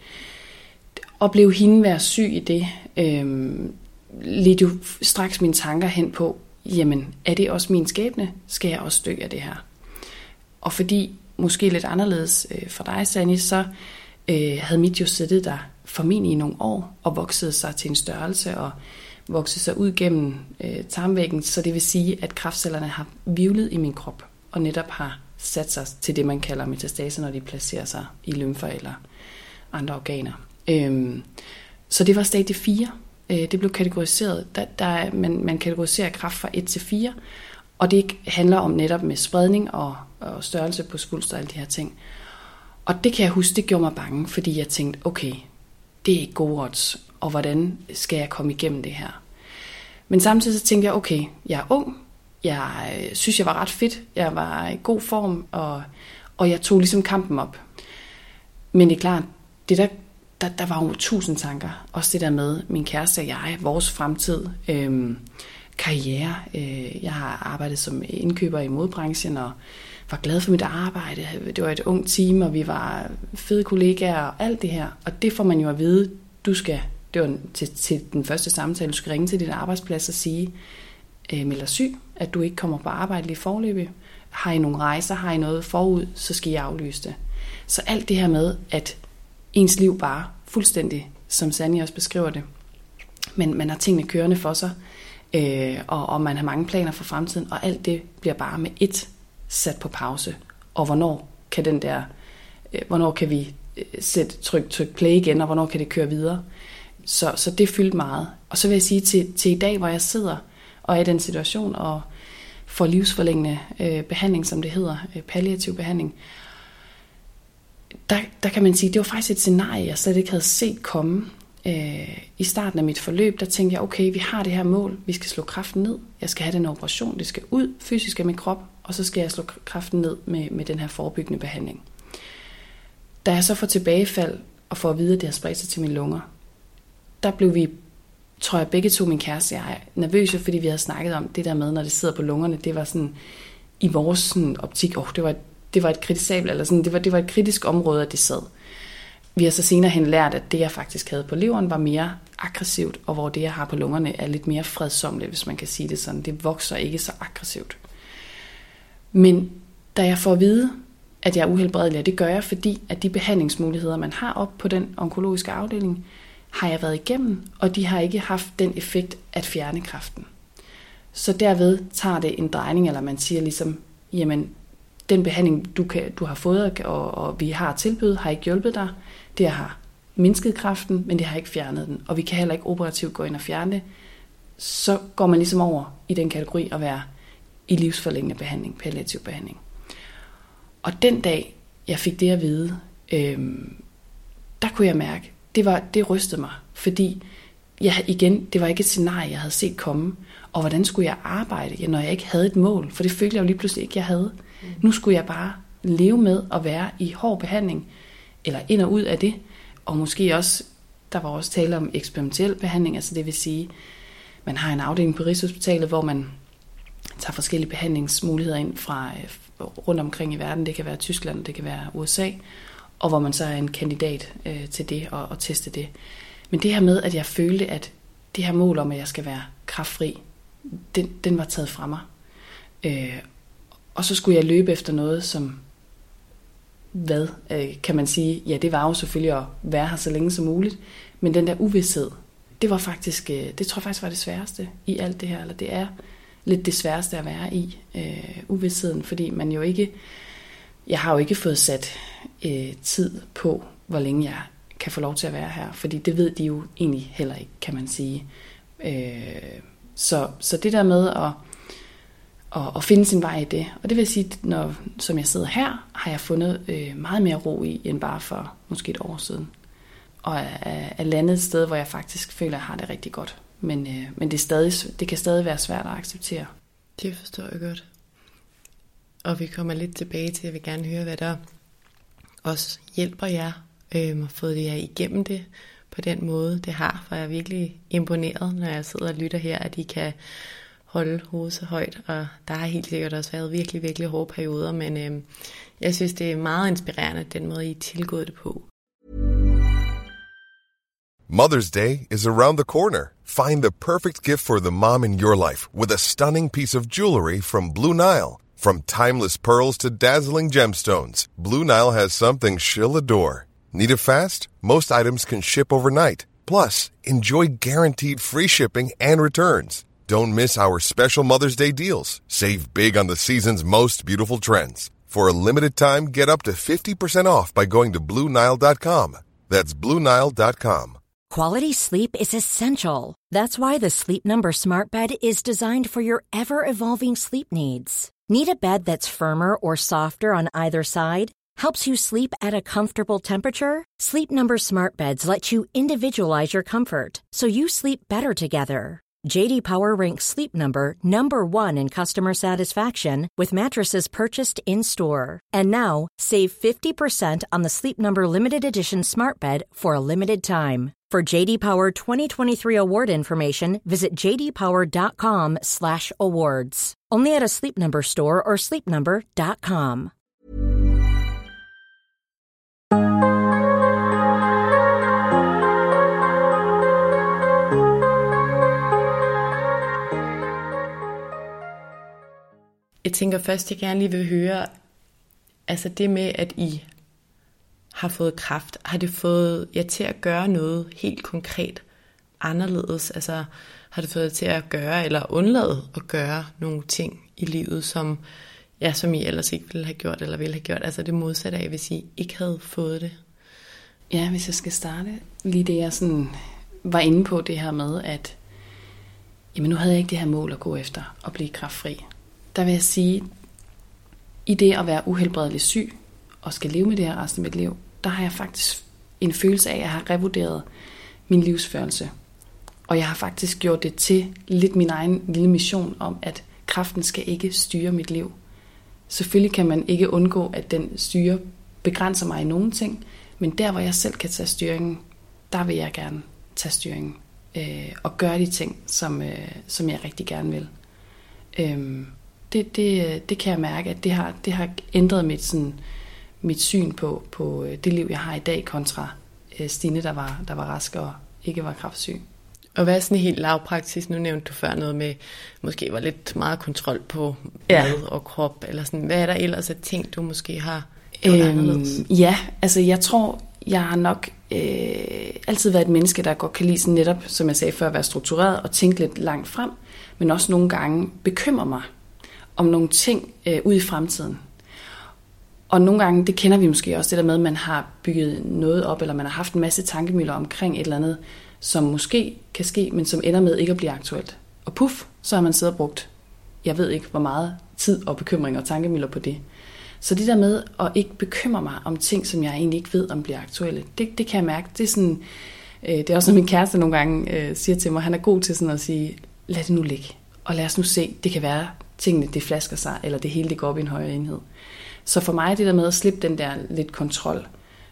opleve hende være syg i det, øh, ledte jo straks mine tanker hen på, jamen, er det også min skæbne? Skal jeg også dø af det her? Og fordi, måske lidt anderledes øh, for dig, Sanni, så øh, havde mit jo siddet der formentlig i nogle år, og voksede sig til en størrelse, og voksede sig ud gennem øh, tarmvæggen, så det vil sige, at kræftcellerne har hvirvlet i min krop, og netop har sat sig til det, man kalder metastase, når de placerer sig i lymfer eller andre organer. Øhm, så det var stadie fire. Øh, det blev kategoriseret. Der, der, man, man kategoriserer kræft fra et til fire, og det handler om netop med spredning og, og størrelse på svulst og alle de her ting. Og det kan jeg huske, det gjorde mig bange, fordi jeg tænkte, okay, det er ikke gode odds, og hvordan skal jeg komme igennem det her? Men samtidig så tænkte jeg, okay, jeg er ung, jeg synes, jeg var ret fedt, jeg var i god form, og, og jeg tog ligesom kampen op. Men det er klart, det der, der, der var jo tusind tanker, også det der med min kæreste og jeg, vores fremtid, øhm, karriere. Øh, jeg har arbejdet som indkøber i modebranchen, og var glad for mit arbejde. Det var et ungt team, og vi var fede kollegaer og alt det her. Og det får man jo at vide, du skal, det var til, til den første samtale, du skal ringe til din arbejdsplads og sige, øh, meld dig syg, at du ikke kommer på arbejde lige forløbig. Har I nogle rejser, har I noget forud, så skal I aflyse det. Så alt det her med, at ens liv bare fuldstændig, som Sanni også beskriver det, men man har tingene kørende for sig, øh, og, og man har mange planer for fremtiden, og alt det bliver bare med ét sat på pause. Og hvornår kan den der, øh, hvornår kan vi sætte tryk, tryk play igen, og hvornår kan det køre videre? Så, så det fyldte meget. Og så vil jeg sige til, til i dag, hvor jeg sidder og er i den situation og får livsforlængende øh, behandling, som det hedder, øh, palliativ behandling, der, der kan man sige, det var faktisk et scenarie, jeg slet ikke havde set komme. Øh, I starten af mit forløb, der tænkte jeg, okay, vi har det her mål, vi skal slå kræften ned, jeg skal have den operation, det skal ud fysisk af min krop, og så skal jeg slå kræften ned med, med den her forebyggende behandling. Da jeg så får tilbagefald og får at vide, at det har spredt sig til mine lunger, der blev vi, tror jeg begge to, min kæreste og jeg, nervøse, fordi vi havde snakket om det der med, når det sidder på lungerne, det var sådan i vores sådan, optik, åh, oh, det var, det var et kritisabelt, eller sådan, det var, det var et kritisk område, at det sad. Vi har så senere hen lært, at det, jeg faktisk havde på leveren, var mere aggressivt, og hvor det, jeg har på lungerne, er lidt mere fredsomligt, hvis man kan sige det sådan. Det vokser ikke så aggressivt. Men da jeg får at vide, at jeg er uhelbredelig, og det gør jeg, fordi at de behandlingsmuligheder, man har op på den onkologiske afdeling, har jeg været igennem, og de har ikke haft den effekt at fjerne kræften. Så derved tager det en drejning, eller man siger ligesom, jamen, den behandling, du, kan, du har fået, og, og vi har tilbydet, har ikke hjulpet dig. Det har mindsket kræften, men det har ikke fjernet den. Og vi kan heller ikke operativt gå ind og fjerne det. Så går man ligesom over i den kategori at være i livsforlængende behandling, palliativ behandling. Og den dag, jeg fik det at vide, øhm, der kunne jeg mærke, det, var, det rystede mig. Fordi jeg, igen, det var ikke et scenarie, jeg havde set komme. Og hvordan skulle jeg arbejde, når jeg ikke havde et mål? For det følte jeg jo lige pludselig ikke, jeg havde. Mm. Nu skulle jeg bare leve med at være i hård behandling, eller ind og ud af det. Og måske også, der var også tale om eksperimentel behandling, altså det vil sige, man har en afdeling på Rigshospitalet, hvor man tager forskellige behandlingsmuligheder ind fra rundt omkring i verden. Det kan være Tyskland, det kan være U S A, og hvor man så er en kandidat øh, til det og, og teste det. Men det her med, at jeg følte, at det her mål om, at jeg skal være kræftfri, den, den var taget fra mig. Øh, og så skulle jeg løbe efter noget, som, hvad øh, kan man sige, ja, det var jo selvfølgelig at være her så længe som muligt, men den der uvished, det var faktisk, øh, det tror jeg faktisk var det sværeste i alt det her, eller det er lidt det sværeste at være i, øh, uvidsheden, fordi man jo ikke, jeg har jo ikke fået sat øh, tid på, hvor længe jeg kan få lov til at være her, fordi det ved de jo egentlig heller ikke, kan man sige. Øh, så, så det der med at, at, at finde sin vej i det, og det vil sige, når, som jeg sidder her, har jeg fundet øh, meget mere ro i, end bare for måske et år siden. Og er, er landet et sted, hvor jeg faktisk føler, at jeg har det rigtig godt. Men, øh, men det, er stadig, det kan stadig være svært at acceptere. Det forstår jeg godt. Og vi kommer lidt tilbage til, jeg vil gerne høre, hvad der også hjælper jer øh, at få det her igennem det på den måde, det har. For jeg er virkelig imponeret, når jeg sidder og lytter her, at I kan holde hovedet så højt. Og der har helt sikkert også været virkelig, virkelig hårde perioder. Men øh, jeg synes, det er meget inspirerende, den måde, I er tilgået det på. Mother's Day is around the corner. Find the perfect gift for the mom in your life with a stunning piece of jewelry from Blue Nile. From timeless pearls to dazzling gemstones, Blue Nile has something she'll adore. Need it fast? Most items can ship overnight. Plus, enjoy guaranteed free shipping and returns. Don't miss our special Mother's Day deals. Save big on the season's most beautiful trends. For a limited time, get up to fifty percent off by going to Blue Nile dot com. That's Blue Nile dot com. Quality sleep is essential. That's why the Sleep Number Smart Bed is designed for your ever-evolving sleep needs. Need a bed that's firmer or softer on either side? Helps you sleep at a comfortable temperature? Sleep Number Smart Beds let you individualize your comfort, so you sleep better together. J D Power ranks Sleep Number number one in customer satisfaction with mattresses purchased in-store. And now, save fifty percent on the Sleep Number Limited Edition Smart Bed for a limited time. For J D Power twenty twenty-three award information, visit j d power dot com slash awards. Only at a Sleep Number store or sleep number dot com. Jeg tænker først, jeg gerne lige vil høre, altså det med, at I har fået kræft, har det fået jer til at gøre noget helt konkret anderledes? Altså har det fået jer til at gøre eller undlade at gøre nogle ting i livet, som, ja, som I ellers ikke ville have gjort eller ville have gjort? Altså det modsatte af, hvis I ikke havde fået det. Ja, hvis jeg skal starte lige det, jeg sådan var inde på, det her med, at jamen nu havde jeg ikke det her mål at gå efter, at blive kræftfri. Der vil jeg sige, i det at være uhelbredeligt syg, og skal leve med det her resten af mit liv, der har jeg faktisk en følelse af, at jeg har revurderet min livsførelse. Og jeg har faktisk gjort det til lidt min egen lille mission om, at kræften skal ikke styre mit liv. Selvfølgelig kan man ikke undgå, at den styre begrænser mig i nogle ting, men der, hvor jeg selv kan tage styringen, der vil jeg gerne tage styringen. Øh, og gøre de ting, som, øh, som jeg rigtig gerne vil. Øh, det, det, det kan jeg mærke, at det har, det har ændret mit, sådan, mit syn på, på det liv, jeg har i dag, kontra øh, Stine, der var, der var rask og ikke var kræftsyg. Og hvad er sådan helt lavpraktisk? Nu nævnte du før noget med, måske var lidt meget kontrol på ja. mad og krop, eller sådan. Hvad er der ellers af ting, du måske har gjort øhm, anderledes? Ja, altså jeg tror, jeg har nok øh, altid været et menneske, der godt kan lide sådan netop, som jeg sagde før, at være struktureret og tænke lidt langt frem, men også nogle gange bekymre mig om nogle ting øh, ud i fremtiden. Og nogle gange, det kender vi måske også, det der med, at man har bygget noget op, eller man har haft en masse tankemøller omkring et eller andet, som måske kan ske, men som ender med ikke at blive aktuelt. Og puff, så har man siddet og brugt, jeg ved ikke, hvor meget tid og bekymring og tankemøller på det. Så det der med at ikke bekymre mig om ting, som jeg egentlig ikke ved, om bliver aktuelle, det, det kan jeg mærke. Det er, sådan, øh, det er også, når min kæreste nogle gange øh, siger til mig, han er god til sådan at sige, lad det nu ligge, og lad os nu se, det kan være, tingene det flasker sig, eller det hele det går op i en højere enhed. Så for mig er det der med at slippe den der lidt kontrol.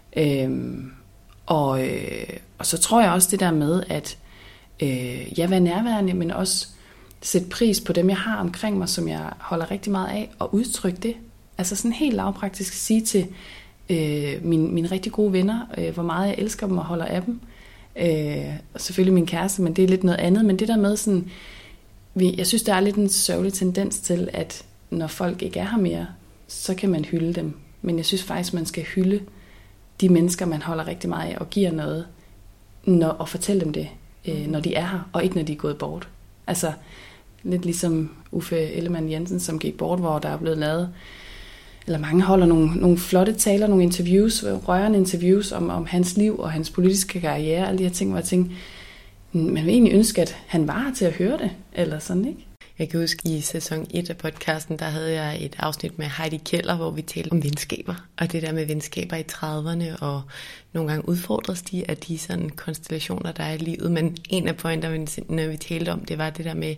Øhm, og, øh, og så tror jeg også det der med, at øh, jeg er nærværende, men også sætte pris på dem, jeg har omkring mig, som jeg holder rigtig meget af, og udtrykke det. Altså sådan helt lavpraktisk sige til øh, mine, mine rigtig gode venner, øh, hvor meget jeg elsker dem og holder af dem. Øh, og selvfølgelig min kæreste, men det er lidt noget andet. Men det der med sådan, vi, jeg synes, der er lidt en sørgelig tendens til, at når folk ikke er her mere, så kan man hylde dem. Men jeg synes faktisk, man skal hylde de mennesker, man holder rigtig meget af, og giver noget, når, og fortælle dem det, øh, når de er her, og ikke når de er gået bort. Altså lidt ligesom Uffe Ellemann Jensen, som gik bort, hvor der er blevet lavet, eller mange holder nogle, nogle flotte taler, nogle interviews, rørende interviews om, om hans liv og hans politiske karriere, alle de her ting, hvor jeg tænkte, man vil egentlig ønske, at han var her til at høre det, eller sådan, ikke? Jeg kan huske, i sæson et af podcasten, der havde jeg et afsnit med Heidi Keller, hvor vi talte om venskaber, og det der med venskaber i trediverne, og nogle gange udfordres de af de sådan konstellationer, der er i livet, men en af pointerne, når vi talte om, det var det der med,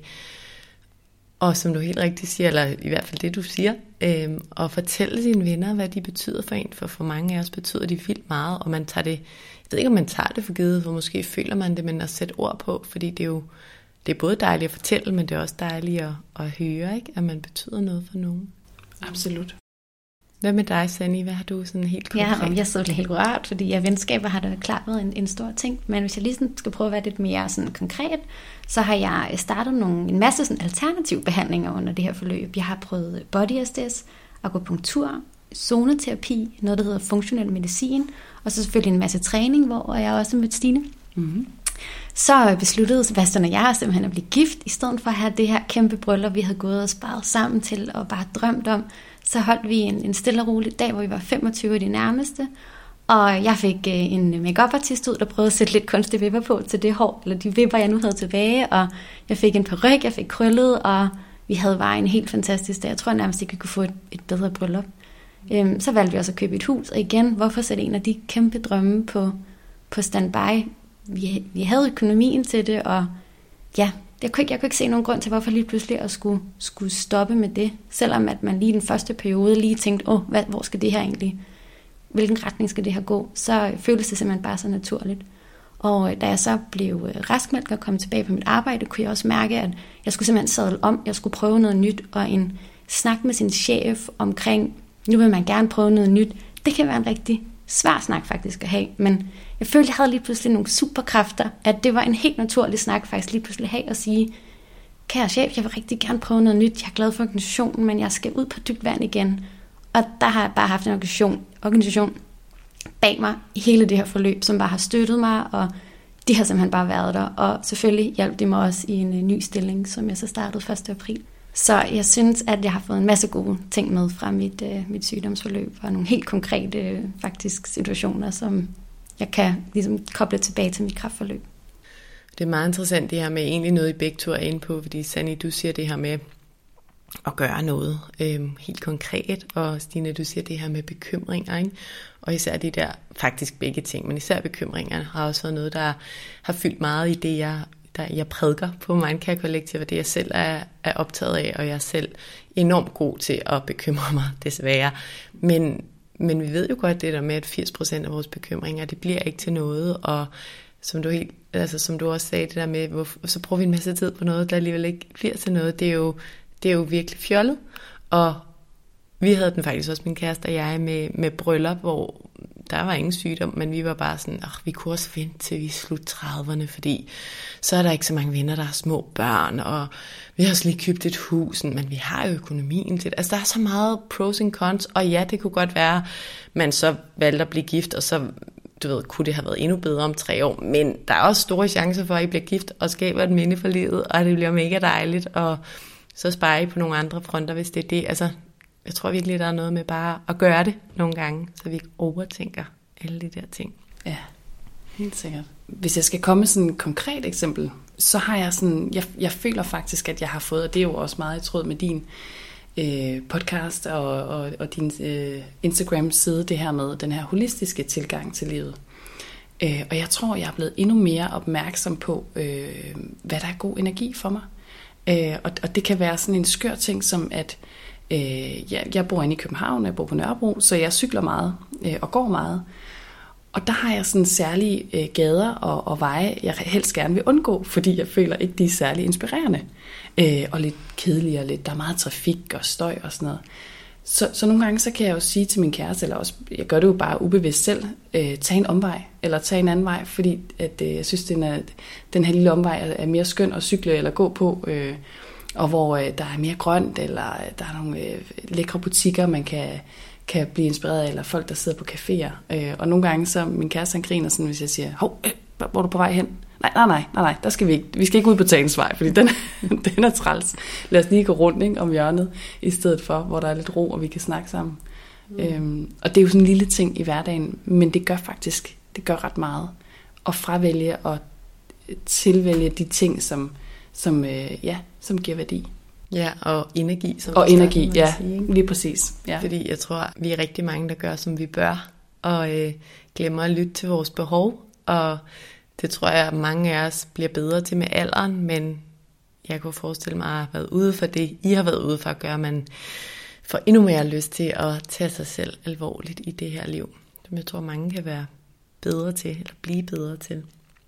og som du helt rigtigt siger, eller i hvert fald det du siger, øh, at fortælle sine venner, hvad de betyder for en, for for mange af os betyder de vildt meget, og man tager det, jeg ved ikke om man tager det for givet, for måske føler man det, men at sætte ord på, fordi det er jo, det er både dejligt at fortælle, men det er også dejligt at, at høre, ikke? At man betyder noget for nogen. Absolut. Hvad med dig, Sanni? Hvad har du sådan helt konkret? Ja, jeg sidder lidt helt rørt, fordi ja, venskaber har da klart været en, en stor ting. Men hvis jeg lige sådan skal prøve at være lidt mere sådan konkret, så har jeg startet nogle, en masse sådan alternative behandlinger under det her forløb. Jeg har prøvet body S D S, akupunktur, zoneterapi, noget der hedder funktionel medicin, og så selvfølgelig en masse træning, hvor jeg også mødte Stine. Mm-hmm. Så besluttede Sebastian og jeg simpelthen at blive gift, i stedet for at have det her kæmpe bryllup, vi havde gået og sparet sammen til og bare drømt om. Så holdt vi en, en stille og rolig dag, hvor vi var femogtyve af de nærmeste, og jeg fik øh, en make-up-artist ud, der prøvede at sætte lidt kunstige vipper på til det hår, eller de vipper, jeg nu havde tilbage, og jeg fik en paryk, jeg fik krøllet, og vi havde bare en helt fantastisk dag. Jeg tror nærmest ikke, vi kunne få et, et bedre bryllup. Øhm, så valgte vi også at købe et hus, og igen, hvorfor sætte en af de kæmpe drømme på, på standby? Vi, vi havde økonomien til det, og ja, jeg kunne, ikke, jeg kunne ikke se nogen grund til, hvorfor lige pludselig at skulle, skulle stoppe med det, selvom at man lige den første periode lige tænkte, åh, hvad, hvor skal det her egentlig, hvilken retning skal det her gå, så føltes det simpelthen bare så naturligt. Og da jeg så blev raskmeldt og kom tilbage på mit arbejde, kunne jeg også mærke, at jeg skulle simpelthen sadle om, jeg skulle prøve noget nyt, og en snak med sin chef omkring, nu vil man gerne prøve noget nyt, det kan være en rigtig svær snak faktisk at have, men jeg følte, jeg havde lige pludselig nogle superkræfter, at det var en helt naturlig snak faktisk lige pludselig have at sige, kære chef, jeg vil rigtig gerne prøve noget nyt, jeg er glad for organisationen, men jeg skal ud på dybt vand igen. Og der har jeg bare haft en organisation, organisation bag mig i hele det her forløb, som bare har støttet mig, og de har simpelthen bare været der. Og selvfølgelig hjalp de mig også i en uh, ny stilling, som jeg så startede første april. Så jeg synes, at jeg har fået en masse gode ting med fra mit, uh, mit sygdomsforløb, og nogle helt konkrete uh, faktisk situationer, som jeg kan ligesom koble tilbage til mit kræftforløb. Det er meget interessant det her med egentlig noget, I begge to er inde på, fordi Sanni, du siger det her med at gøre noget øhm, helt konkret, og Stine, du siger det her med bekymringer, ikke? Og især de der, faktisk begge ting, men især bekymringer har også været noget, der har fyldt meget i det, jeg, der, jeg prædiker på Mindcare Collective, og det jeg selv er, er optaget af, og jeg er selv enormt god til at bekymre mig, desværre. Men, men vi ved jo godt det der med, at firs procent af vores bekymringer, det bliver ikke til noget, og som du, helt, altså, som du også sagde, det der med, hvor, så bruger vi en masse tid på noget, der alligevel ikke bliver til noget, det er jo Det er jo virkelig fjollet, og vi havde den faktisk også, min kæreste og jeg, med, med bryllup, hvor der var ingen sygdom, men vi var bare sådan, at vi kunne også vente til vi slut trediverne, fordi så er der ikke så mange venner, der har små børn, og vi har også lige købt et hus, men vi har jo økonomien til det. Altså der er så meget pros and cons, og ja, det kunne godt være, man så valgte at blive gift, og så du ved, kunne det have været endnu bedre om tre år, men der er også store chancer for, at I bliver gift og skaber et minde for livet, og det bliver mega dejligt, og så sparer I på nogle andre fronter, hvis det er det. Altså, jeg tror virkelig, der er noget med bare at gøre det nogle gange, så vi ikke overtænker alle de der ting. Ja, helt sikkert. Hvis jeg skal komme med sådan et konkret eksempel, så har jeg sådan, jeg, jeg føler faktisk, at jeg har fået, og det er jo også meget i tråd med din øh, podcast og, og, og din øh, Instagram-side, det her med den her holistiske tilgang til livet. Øh, og jeg tror, jeg er blevet endnu mere opmærksom på, øh, hvad der er god energi for mig. Øh, og, og det kan være sådan en skør ting, som at øh, jeg, jeg bor inde i København, jeg bor på Nørrebro, så jeg cykler meget øh, og går meget. Og der har jeg sådan særlige øh, gader og, og veje, jeg helst gerne vil undgå, fordi jeg føler ikke, de er særlig inspirerende. Øh, og lidt kedelige, og lidt, der er meget trafik og støj og sådan noget. Så, så nogle gange så kan jeg jo sige til min kæreste, eller også, jeg gør det jo bare ubevidst selv, øh, tag en omvej, eller tag en anden vej, fordi at, øh, jeg synes, den, er, den her lille omvej er, er mere skøn at cykle eller gå på, øh, og hvor øh, der er mere grønt, eller der er nogle øh, lækre butikker, man kan, kan blive inspireret af, eller folk, der sidder på caféer. Øh, og nogle gange så min kæreste han griner sådan, hvis jeg siger, hov, øh, hvor er du på vej hen? Nej, nej, nej, nej, der skal vi ikke. Vi skal ikke ud på Tagensvej, fordi den, den er træls. Lad os lige gå rundt, ikke, om hjørnet, i stedet for, hvor der er lidt ro, og vi kan snakke sammen. Mm. Øhm, og det er jo sådan en lille ting i hverdagen, men det gør faktisk, det gør ret meget. At fravælge og tilvælge de ting, som, som, øh, ja, som giver værdi. Ja, og energi. Som og energi, starter, ja, sige, lige præcis. Ja. Fordi jeg tror, vi er rigtig mange, der gør, som vi bør, og øh, glemmer at lytte til vores behov, og det tror jeg, at mange af os bliver bedre til med alderen, men jeg kunne forestille mig at have været ude for det, I har været ude for at gøre, at man får endnu mere lyst til at tage sig selv alvorligt i det her liv, som jeg tror, mange kan være bedre til, eller blive bedre til.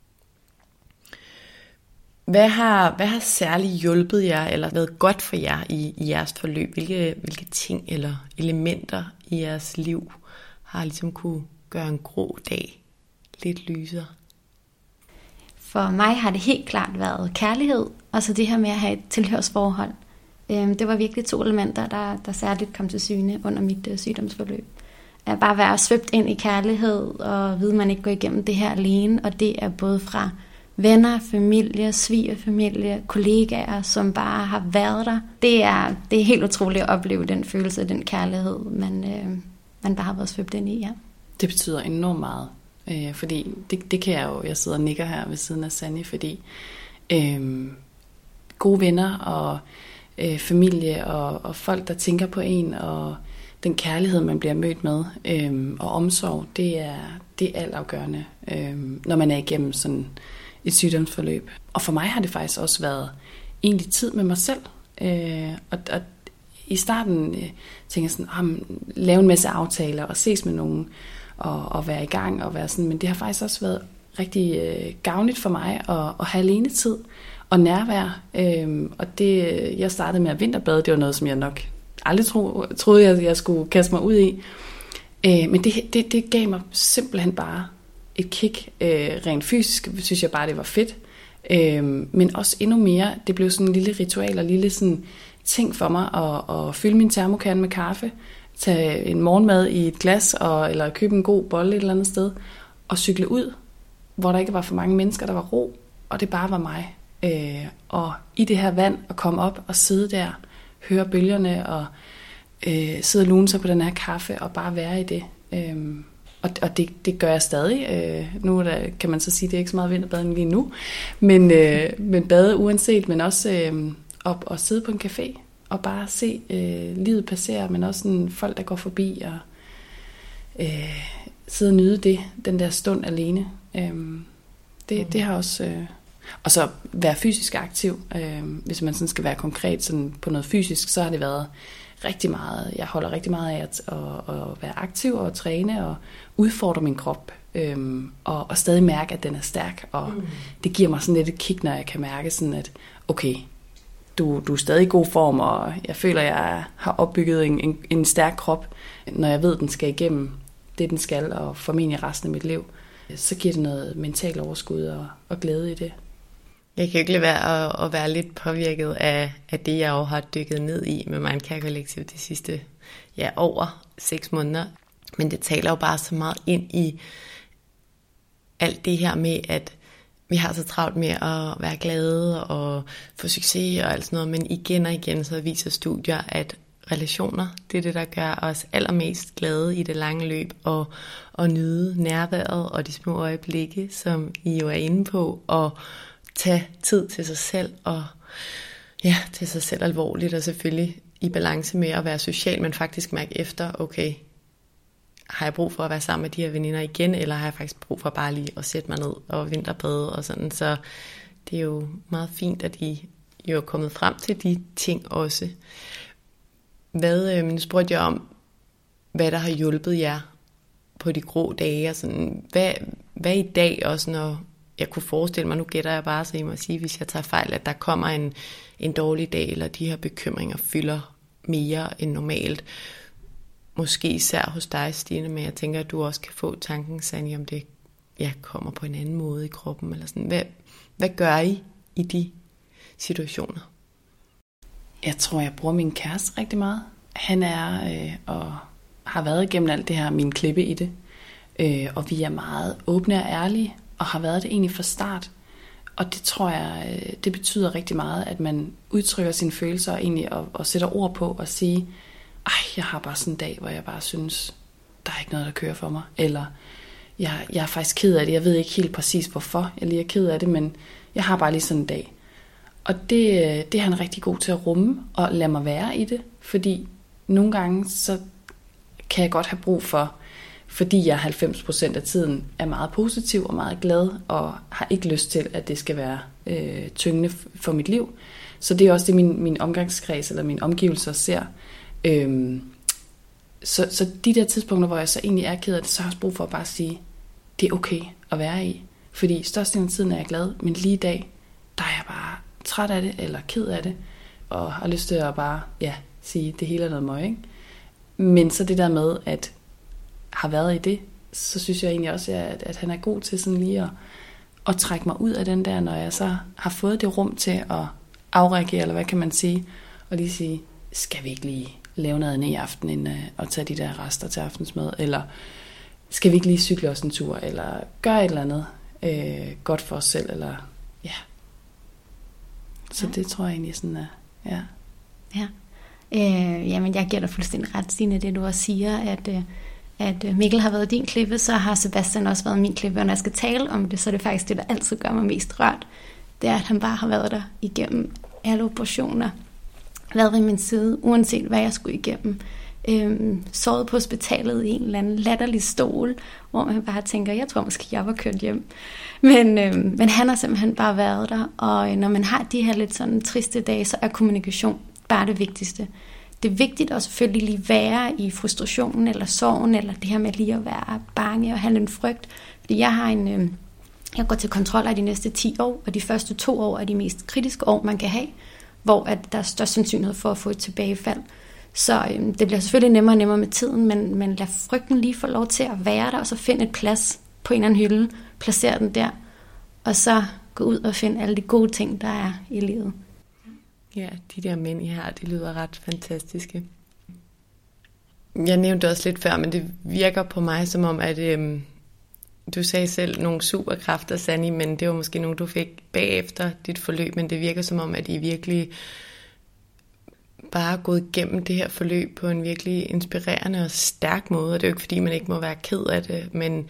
Hvad har, hvad har særligt hjulpet jer, eller været godt for jer i, i jeres forløb? Hvilke, hvilke ting eller elementer i jeres liv har ligesom kunne gøre en grå dag lidt lysere? For mig har det helt klart været kærlighed, og så det her med at have et tilhørsforhold. Det var virkelig to elementer, der, der særligt kom til syne under mit sygdomsforløb. At bare være svøbt ind i kærlighed, og vide, at man ikke går igennem det her alene, og det er både fra venner, familie, svigerfamilie, kollegaer, som bare har været der. Det er, det er helt utroligt at opleve den følelse, den kærlighed, man, øh, man bare har været svøbt ind i. Ja. Det betyder enormt meget. Øh, fordi det, det kan jeg jo, jeg sidder og nikker her ved siden af Sanni, fordi øh, gode venner og øh, familie og, og folk, der tænker på en, og den kærlighed, man bliver mødt med, øh, og omsorg, det er, det er altafgørende, øh, når man er igennem sådan et sygdomsforløb. Og for mig har det faktisk også været egentlig tid med mig selv. Øh, og, og i starten øh, tænkte jeg sådan, ah, lave en masse aftaler og ses med nogen, Og, og være i gang og være sådan, men det har faktisk også været rigtig øh, gavnligt for mig at, at have alene tid og nærvær. Øhm, og det, jeg startede med at vinterbade, det var noget, som jeg nok aldrig tro, troede, jeg, jeg skulle kaste mig ud i. Øh, men det, det, det gav mig simpelthen bare et kick. Øh, rent fysisk synes jeg bare, det var fedt. Øh, men også endnu mere, det blev sådan en lille ritual og lille sådan ting for mig at, at fylde min termokande med kaffe. tage en morgenmad i et glas, og, eller købe en god bolle et eller andet sted, og cykle ud, hvor der ikke var for mange mennesker, der var ro, og det bare var mig. Øh, og i det her vand, at komme op og sidde der, høre bølgerne, og øh, sidde og lune sig på den her kaffe, og bare være i det. Øh, og og det, det gør jeg stadig. Øh, nu der, kan man så sige, at det er ikke så meget vinterbadning lige nu, men, øh, men bade uanset, men også øh, op og sidde på en café, og bare se øh, livet passere, men også sådan folk, der går forbi, og øh, sidde og nyde det, den der stund alene. Øh, det, mm. det har også... Øh, og så være fysisk aktiv. Øh, hvis man sådan skal være konkret sådan på noget fysisk, så har det været rigtig meget. Jeg holder rigtig meget af at, at, at være aktiv og træne og udfordre min krop. Øh, og, og stadig mærke, at den er stærk. Og mm. det giver mig sådan lidt et kick, når jeg kan mærke sådan, at okay, du, du er stadig i god form, og jeg føler, at jeg har opbygget en, en, en stærk krop, når jeg ved, at den skal igennem det, den skal, og formentlig resten af mit liv. Så giver det noget mentalt overskud og, og glæde i det. Jeg kan ikke lade være at, at være lidt påvirket af, af det, jeg jo har dykket ned i med Mindcare Kollektiv de sidste ja, over seks måneder. Men det taler jo bare så meget ind i alt det her med, at vi har så travlt med at være glade og få succes og alt sådan noget. Men igen og igen så viser studier, at relationer, det er det, der gør os allermest glade i det lange løb, og, og nyde nærværet og de små øjeblikke, som I jo er inde på, og tage tid til sig selv, og ja, til sig selv alvorligt, og selvfølgelig i balance med at være social, men faktisk mærke efter, okay, har jeg brug for at være sammen med de her veninder igen, eller har jeg faktisk brug for bare lige at sætte mig ned og vinterbade og sådan, så det er jo meget fint, at I jo er kommet frem til de ting også. Hvad, øh, nu spurgte jeg om, hvad der har hjulpet jer på de grå dage, og sådan, hvad, hvad i dag også, når jeg kunne forestille mig, nu gætter jeg bare, så I må sige, hvis jeg tager fejl, at der kommer en, en dårlig dag, eller de her bekymringer fylder mere end normalt. Måske især hos dig, Stine, men jeg tænker, at du også kan få tanken, Sanni, om det ja, kommer på en anden måde i kroppen, eller sådan. Hvad, hvad gør I i de situationer? Jeg tror, jeg bruger min kæreste rigtig meget. Han er øh, og har været igennem alt det her, min klippe i det. Øh, og vi er meget åbne og ærlige, og har været det egentlig fra start. Og det tror jeg, øh, det betyder rigtig meget, at man udtrykker sine følelser egentlig, og, og sætter ord på og siger, ej, jeg har bare sådan en dag, hvor jeg bare synes, der er ikke noget, der kører for mig. Eller, jeg, jeg er faktisk ked af det. Jeg ved ikke helt præcis, hvorfor jeg lige er ked af det, men jeg har bare lige sådan en dag. Og det, det er han rigtig god til at rumme og lade mig være i det. Fordi nogle gange, så kan jeg godt have brug for, fordi jeg halvfems procent af tiden er meget positiv og meget glad, og har ikke lyst til, at det skal være øh, tyngende for mit liv. Så det er også det, min, min omgangskreds eller mine omgivelser ser. Øhm, så, så de der tidspunkter, hvor jeg så egentlig er ked af det, så har jeg også brug for at bare sige, det er okay at være i. Fordi størstedelen af tiden er jeg glad, men lige i dag, der er jeg bare træt af det, eller ked af det, og har lyst til at bare, ja, sige, det hele er noget møg, ikke? Men så det der med, at har været i det, så synes jeg egentlig også, at, at han er god til sådan lige at, at trække mig ud af den der, når jeg så har fået det rum til at afreagere, eller hvad kan man sige, og lige sige, skal vi ikke lige lave noget andet i aften, end uh, at tage de der rester til aftensmad, eller skal vi ikke lige cykle os en tur, eller gøre et eller andet øh, godt for os selv, eller ja. Så ja. Det tror jeg egentlig sådan er, ja. Ja, øh, jamen jeg giver dig fuldstændig ret, Stine, det du også siger, at, øh, at Mikkel har været din klippe, så har Sebastian også været min klippe, og når jeg skal tale om det, så er det faktisk det, der altid gør mig mest rørt, det er, at han bare har været der igennem alle operationer, været ved min side, uanset hvad jeg skulle igennem. Øhm, sovet på hospitalet i en eller anden latterlig stol, hvor man bare tænker, jeg tror måske, jeg var kørt hjem. Men, øhm, men han har simpelthen bare været der, og øh, når man har de her lidt sådan triste dage, så er kommunikation bare det vigtigste. Det er vigtigt at selvfølgelig lige være i frustrationen eller sorgen, eller det her med lige at være bange og have en frygt. Fordi jeg har en, øh, jeg går til kontroller de næste ti år, og de første to år er de mest kritiske år, man kan have, hvor at der er størst sandsynlighed for at få et tilbagefald. Så øhm, det bliver selvfølgelig nemmere og nemmere med tiden, men, men lad frygten lige få lov til at være der, og så find et plads på en eller anden hylde, placer den der, og så gå ud og finde alle de gode ting, der er i livet. Ja, de der mænd I har, de lyder ret fantastiske. Jeg nævnte det også lidt før, men det virker på mig som om, at øhm, du sagde selv nogle superkræfter, Sanni, men det var måske nogle, du fik bagefter dit forløb, men det virker som om, at I virkelig bare er gået igennem det her forløb på en virkelig inspirerende og stærk måde. Og det er jo ikke, fordi man ikke må være ked af det, men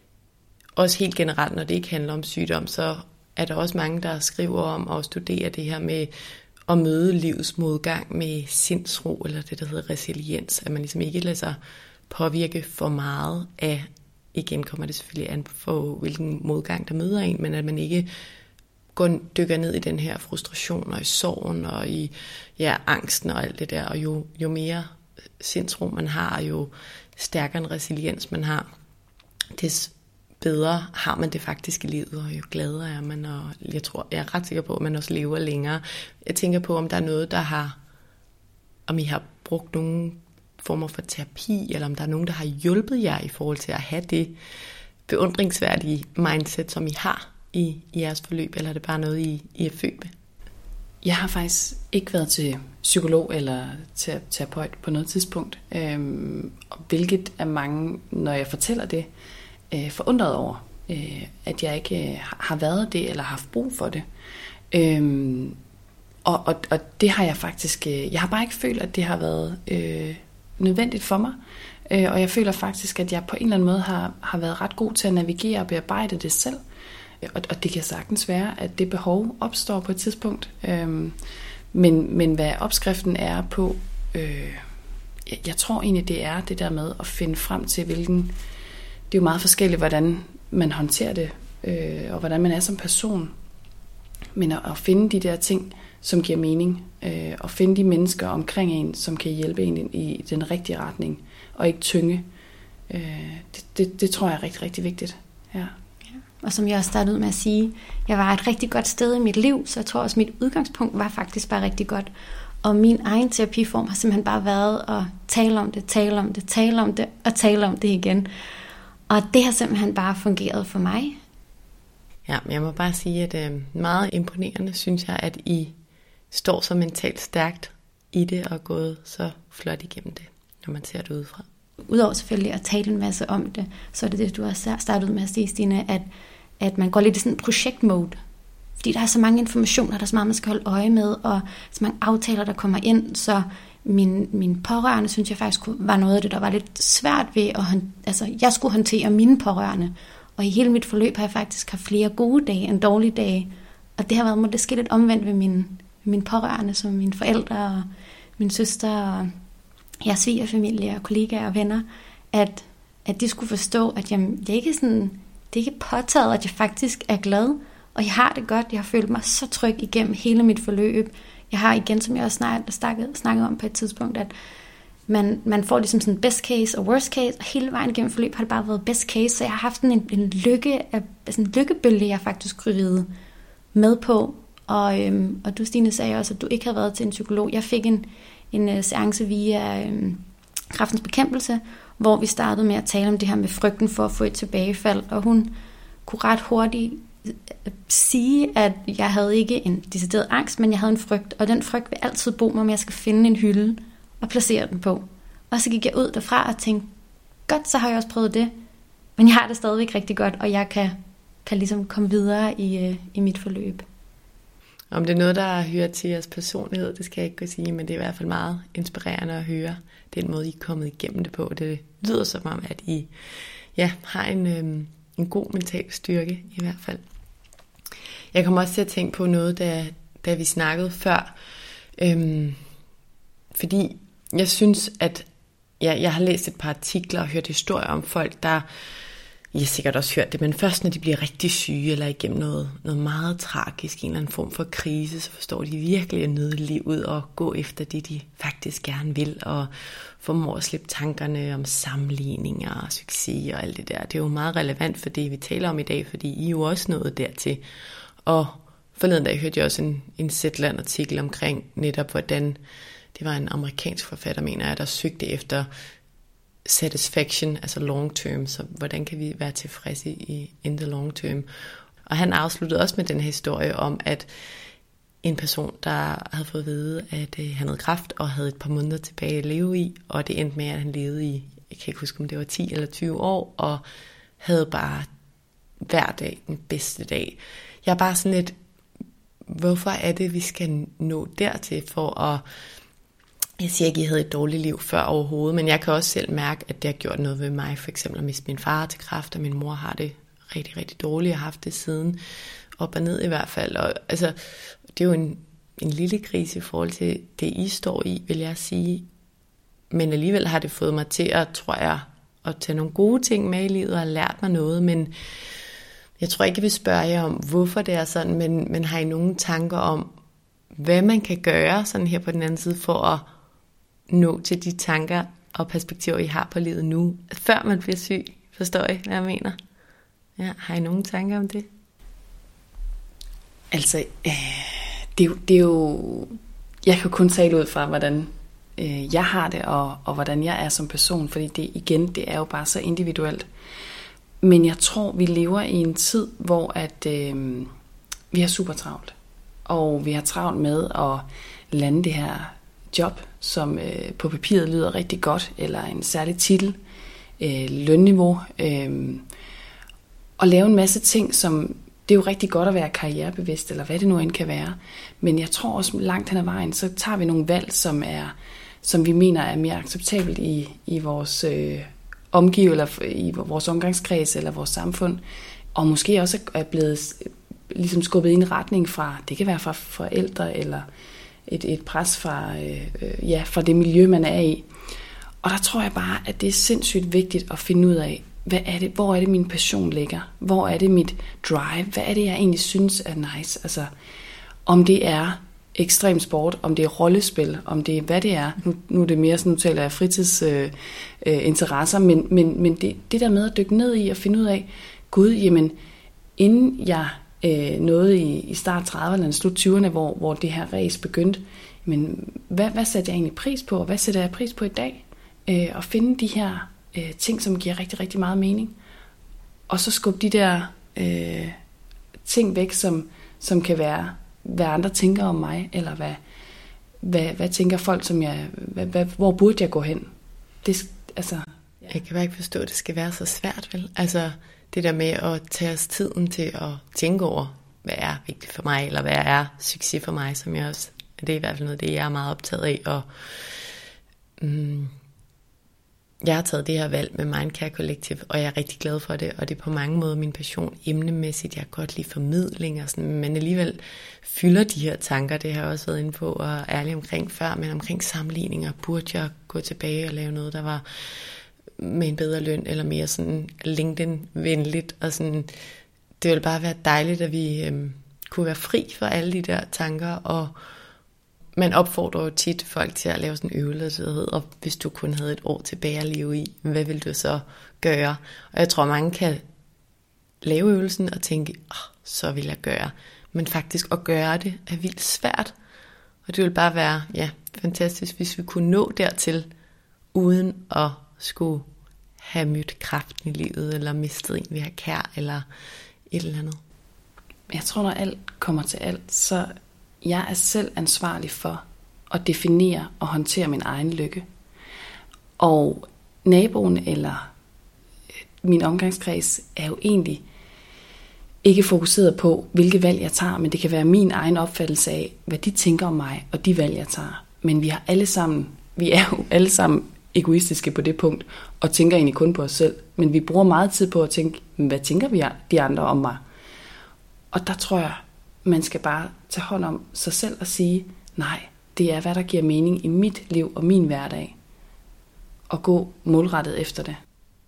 også helt generelt, når det ikke handler om sygdom, så er der også mange, der skriver om at studere det her med at møde livets modgang med sindsro, eller det, der hedder resiliens, at man ligesom ikke lader sig påvirke for meget af, igen kommer det selvfølgelig an på, hvilken modgang der møder en, men at man ikke går, dykker ned i den her frustration og i sorgen og i ja, angsten og alt det der, og jo, jo mere sindsro man har, jo stærkere en resiliens man har, des bedre har man det faktisk i livet, og jo gladere er man, og jeg tror, jeg er ret sikker på, at man også lever længere. Jeg tænker på, om der er noget, der har, om I har brugt nogle former for terapi, eller om der er nogen, der har hjulpet jer i forhold til at have det beundringsværdige mindset, som I har i, i jeres forløb, eller er det bare noget, I, I er født med? Jeg har faktisk ikke været til psykolog eller terapeut på noget tidspunkt, øhm, hvilket er mange, når jeg fortæller det, øh, forundret over, øh, at jeg ikke øh, har været det, eller har haft brug for det. Øhm, og, og, og det har jeg faktisk, øh, jeg har bare ikke følt, at det har været øh, nødvendigt for mig, øh, og jeg føler faktisk, at jeg på en eller anden måde har, har været ret god til at navigere og bearbejde det selv. Og, og det kan sagtens være, at det behov opstår på et tidspunkt. Øhm, men, men hvad opskriften er på, øh, jeg, jeg tror egentlig, det er det der med at finde frem til, hvilken... Det er jo meget forskelligt, hvordan man håndterer det, øh, og hvordan man er som person. Men at, at finde de der ting, som giver mening, øh, og finde de mennesker omkring en, som kan hjælpe en i den rigtige retning, og ikke tynge. Øh, det, det, det tror jeg er rigtig, rigtig vigtigt. Ja. Og som jeg også startede ud med at sige, jeg var et rigtig godt sted i mit liv, så jeg tror også, at mit udgangspunkt var faktisk bare rigtig godt. Og min egen terapiform har simpelthen bare været at tale om det, tale om det, tale om det og tale om det igen. Og det har simpelthen bare fungeret for mig. Ja, men jeg må bare sige, at øh, meget imponerende synes jeg, at I står så mentalt stærkt i det og gået så flot igennem det, når man ser det udefra. Udover selvfølgelig at tale en masse om det, så er det det, du har startet med at sige, Stine, at, at man går lidt i sådan en projektmode. Fordi der er så mange informationer, der er så meget, man skal holde øje med, og så mange aftaler, der kommer ind, så min, min pårørende, synes jeg faktisk var noget af det, der var lidt svært ved at, altså jeg skulle håndtere mine pårørende, og i hele mit forløb har jeg faktisk haft flere gode dage end dårlige dage, og det har været måske lidt omvendt ved mine, mine pårørende, som mine forældre og min søster og jeg svigerfamilie og kollegaer og venner, at, at de skulle forstå, at jeg, jeg ikke sådan, det er ikke påtaget, at jeg faktisk er glad, og jeg har det godt. Jeg har følt mig så tryg igennem hele mit forløb. Jeg har igen, som jeg også snakket, snakket, snakket om på et tidspunkt, at man, man får ligesom sådan best case og worst case, og hele vejen igennem forløb har det bare været best case, så jeg har haft sådan en, en, lykke, sådan en lykkebølge, jeg faktisk kunne ride med på. Og, øhm, og du, Stine, sagde også, at du ikke havde været til en psykolog. Jeg fik en en uh, seance via øh, Kræftens Bekæmpelse, hvor vi startede med at tale om det her med frygten for at få et tilbagefald, og hun kunne ret hurtigt sige, at jeg havde ikke en decideret angst, men jeg havde en frygt, og den frygt vil altid bo mig, om jeg skal finde en hylde og placere den på. Og så gik jeg ud derfra og tænkte, godt, så har jeg også prøvet det, men jeg har det stadigvæk rigtig godt, og jeg kan, kan ligesom komme videre i, øh, i mit forløb. Om det er noget, der hører til jeres personlighed, det skal jeg ikke kunne sige, men det er i hvert fald meget inspirerende at høre den måde, I er kommet igennem det på. Det lyder som om, at I ja, har en, øhm, en god mental styrke i hvert fald. Jeg kommer også til at tænke på noget, da, da vi snakkede før, øhm, fordi jeg synes, at ja, jeg har læst et par artikler og hørt historier om folk, der I har sikkert også hørt det, men først når de bliver rigtig syge, eller igennem noget, noget meget tragisk, en eller anden form for krise, så forstår de virkelig at nyde livet og gå efter det, de faktisk gerne vil, og formår at slippe tankerne om sammenligninger og succes og alt det der. Det er jo meget relevant for det, vi taler om i dag, fordi I er jo også nået dertil. Og forleden dag hørte jeg også en, en Zetland-artikel omkring netop, hvordan det var en amerikansk forfatter, mener jeg, der søgte efter satisfaction, altså long term, så hvordan kan vi være tilfredse i in the long term. Og han afsluttede også med den her historie om, at en person, der havde fået at vide, at øh, han havde kræft og havde et par måneder tilbage at leve i, og det endte med, at han levede i, jeg kan ikke huske, om det var ti eller tyve år, og havde bare hver dag den bedste dag. Jeg er bare sådan lidt, hvorfor er det, vi skal nå dertil for at, jeg siger ikke, at I havde et dårligt liv før overhovedet, men jeg kan også selv mærke, at det har gjort noget ved mig, for eksempel at miste min far til kræft, og min mor har det rigtig, rigtig dårligt, jeg har haft det siden, op og ned i hvert fald, og altså, det er jo en, en lille krise i forhold til det, I står i, vil jeg sige, men alligevel har det fået mig til at, tror jeg, at tage nogle gode ting med i livet, og har lært mig noget, men jeg tror ikke, jeg vil spørge jer om, hvorfor det er sådan, men, men har I nogle tanker om, hvad man kan gøre sådan her på den anden side, for at nå til de tanker og perspektiver, I har på livet nu, før man bliver syg? Forstår I, hvad jeg mener? Ja, har I nogle tanker om det? Altså, øh, det, er jo, det er jo... Jeg kan jo kun tale ud fra, hvordan øh, jeg har det, og, og hvordan jeg er som person, fordi det igen, det er jo bare så individuelt. Men jeg tror, vi lever i en tid, hvor at, øh, vi har super travlt. Og vi har travlt med at lande det her job, som øh, på papiret lyder rigtig godt, eller en særlig titel, øh, lønniveau, øh, og lave en masse ting, som det er jo rigtig godt at være karrierebevidst, eller hvad det nu end kan være. Men jeg tror også langt hen ad vejen, så tager vi nogle valg, som, er, som vi mener er mere acceptabelt i, i vores øh, omgivelser, i vores omgangskreds eller vores samfund, og måske også er blevet ligesom skubbet i en retning fra, det kan være fra forældre, eller et, et pres fra, øh, ja, fra det miljø, man er i. Og der tror jeg bare, at det er sindssygt vigtigt at finde ud af, hvad er det, hvor er det min passion ligger? Hvor er det mit drive? Hvad er det, jeg egentlig synes er nice? Altså, om det er ekstrem sport, om det er rollespil, om det er, hvad det er. Nu, nu er det mere sådan, nu taler jeg fritidsinteresser, øh, øh, men, men, men det, det der med at dykke ned i og finde ud af, gud, jamen, inden jeg øh, nåede i, i start trediverne, slut tyverne, hvor, hvor det her race begyndte, men hvad, hvad sætter jeg egentlig pris på, og hvad sætter jeg pris på i dag? Øh, at finde de her øh, ting, som giver rigtig, rigtig meget mening, og så skubbe de der øh, ting væk, som, som kan være, hvad andre tænker om mig, eller hvad, hvad, hvad tænker folk, som jeg, hvad, hvad, hvor burde jeg gå hen? Det, altså, ja. Jeg kan bare ikke forstå, at det skal være så svært, vel? Altså, det der med at tage os tiden til at tænke over, hvad er vigtigt for mig, eller hvad er succes for mig, som jeg også, det er i hvert fald noget, det jeg er meget optaget af, og mm, jeg har taget det her valg med Mindcare Collective, og jeg er rigtig glad for det, og det er på mange måder min passion emnemæssigt. Jeg kan godt lide formidling og sådan, men alligevel fylder de her tanker, det har jeg også været inde på og er ærlig omkring før, men omkring sammenligninger, burde jeg gå tilbage og lave noget, der var med en bedre løn, eller mere sådan LinkedIn-venligt, og sådan, det ville bare være dejligt, at vi øhm, kunne være fri for alle de der tanker, og man opfordrer jo tit folk til at lave sådan en øvelse, der hedder, hvis du kun havde et år tilbage at leve i, hvad vil du så gøre? Og jeg tror, mange kan lave øvelsen og tænke, oh, så vil jeg gøre. Men faktisk at gøre det er vildt svært. Og det vil bare være ja, fantastisk, hvis vi kunne nå dertil, uden at skulle have mødt kræften i livet, eller mistet en, vi har kær, eller et eller andet. Jeg tror, når alt kommer til alt, så jeg er selv ansvarlig for at definere og håndtere min egen lykke. Og naboen eller min omgangskreds er jo egentlig ikke fokuseret på, hvilke valg jeg tager, men det kan være min egen opfattelse af, hvad de tænker om mig, og de valg, jeg tager. Men vi har alle sammen, vi er jo alle sammen egoistiske på det punkt, og tænker egentlig kun på os selv. Men vi bruger meget tid på at tænke, hvad tænker vi de andre om mig? Og der tror jeg, man skal bare tage hånd om sig selv og sige, nej, det er, hvad der giver mening i mit liv og min hverdag. Og gå målrettet efter det.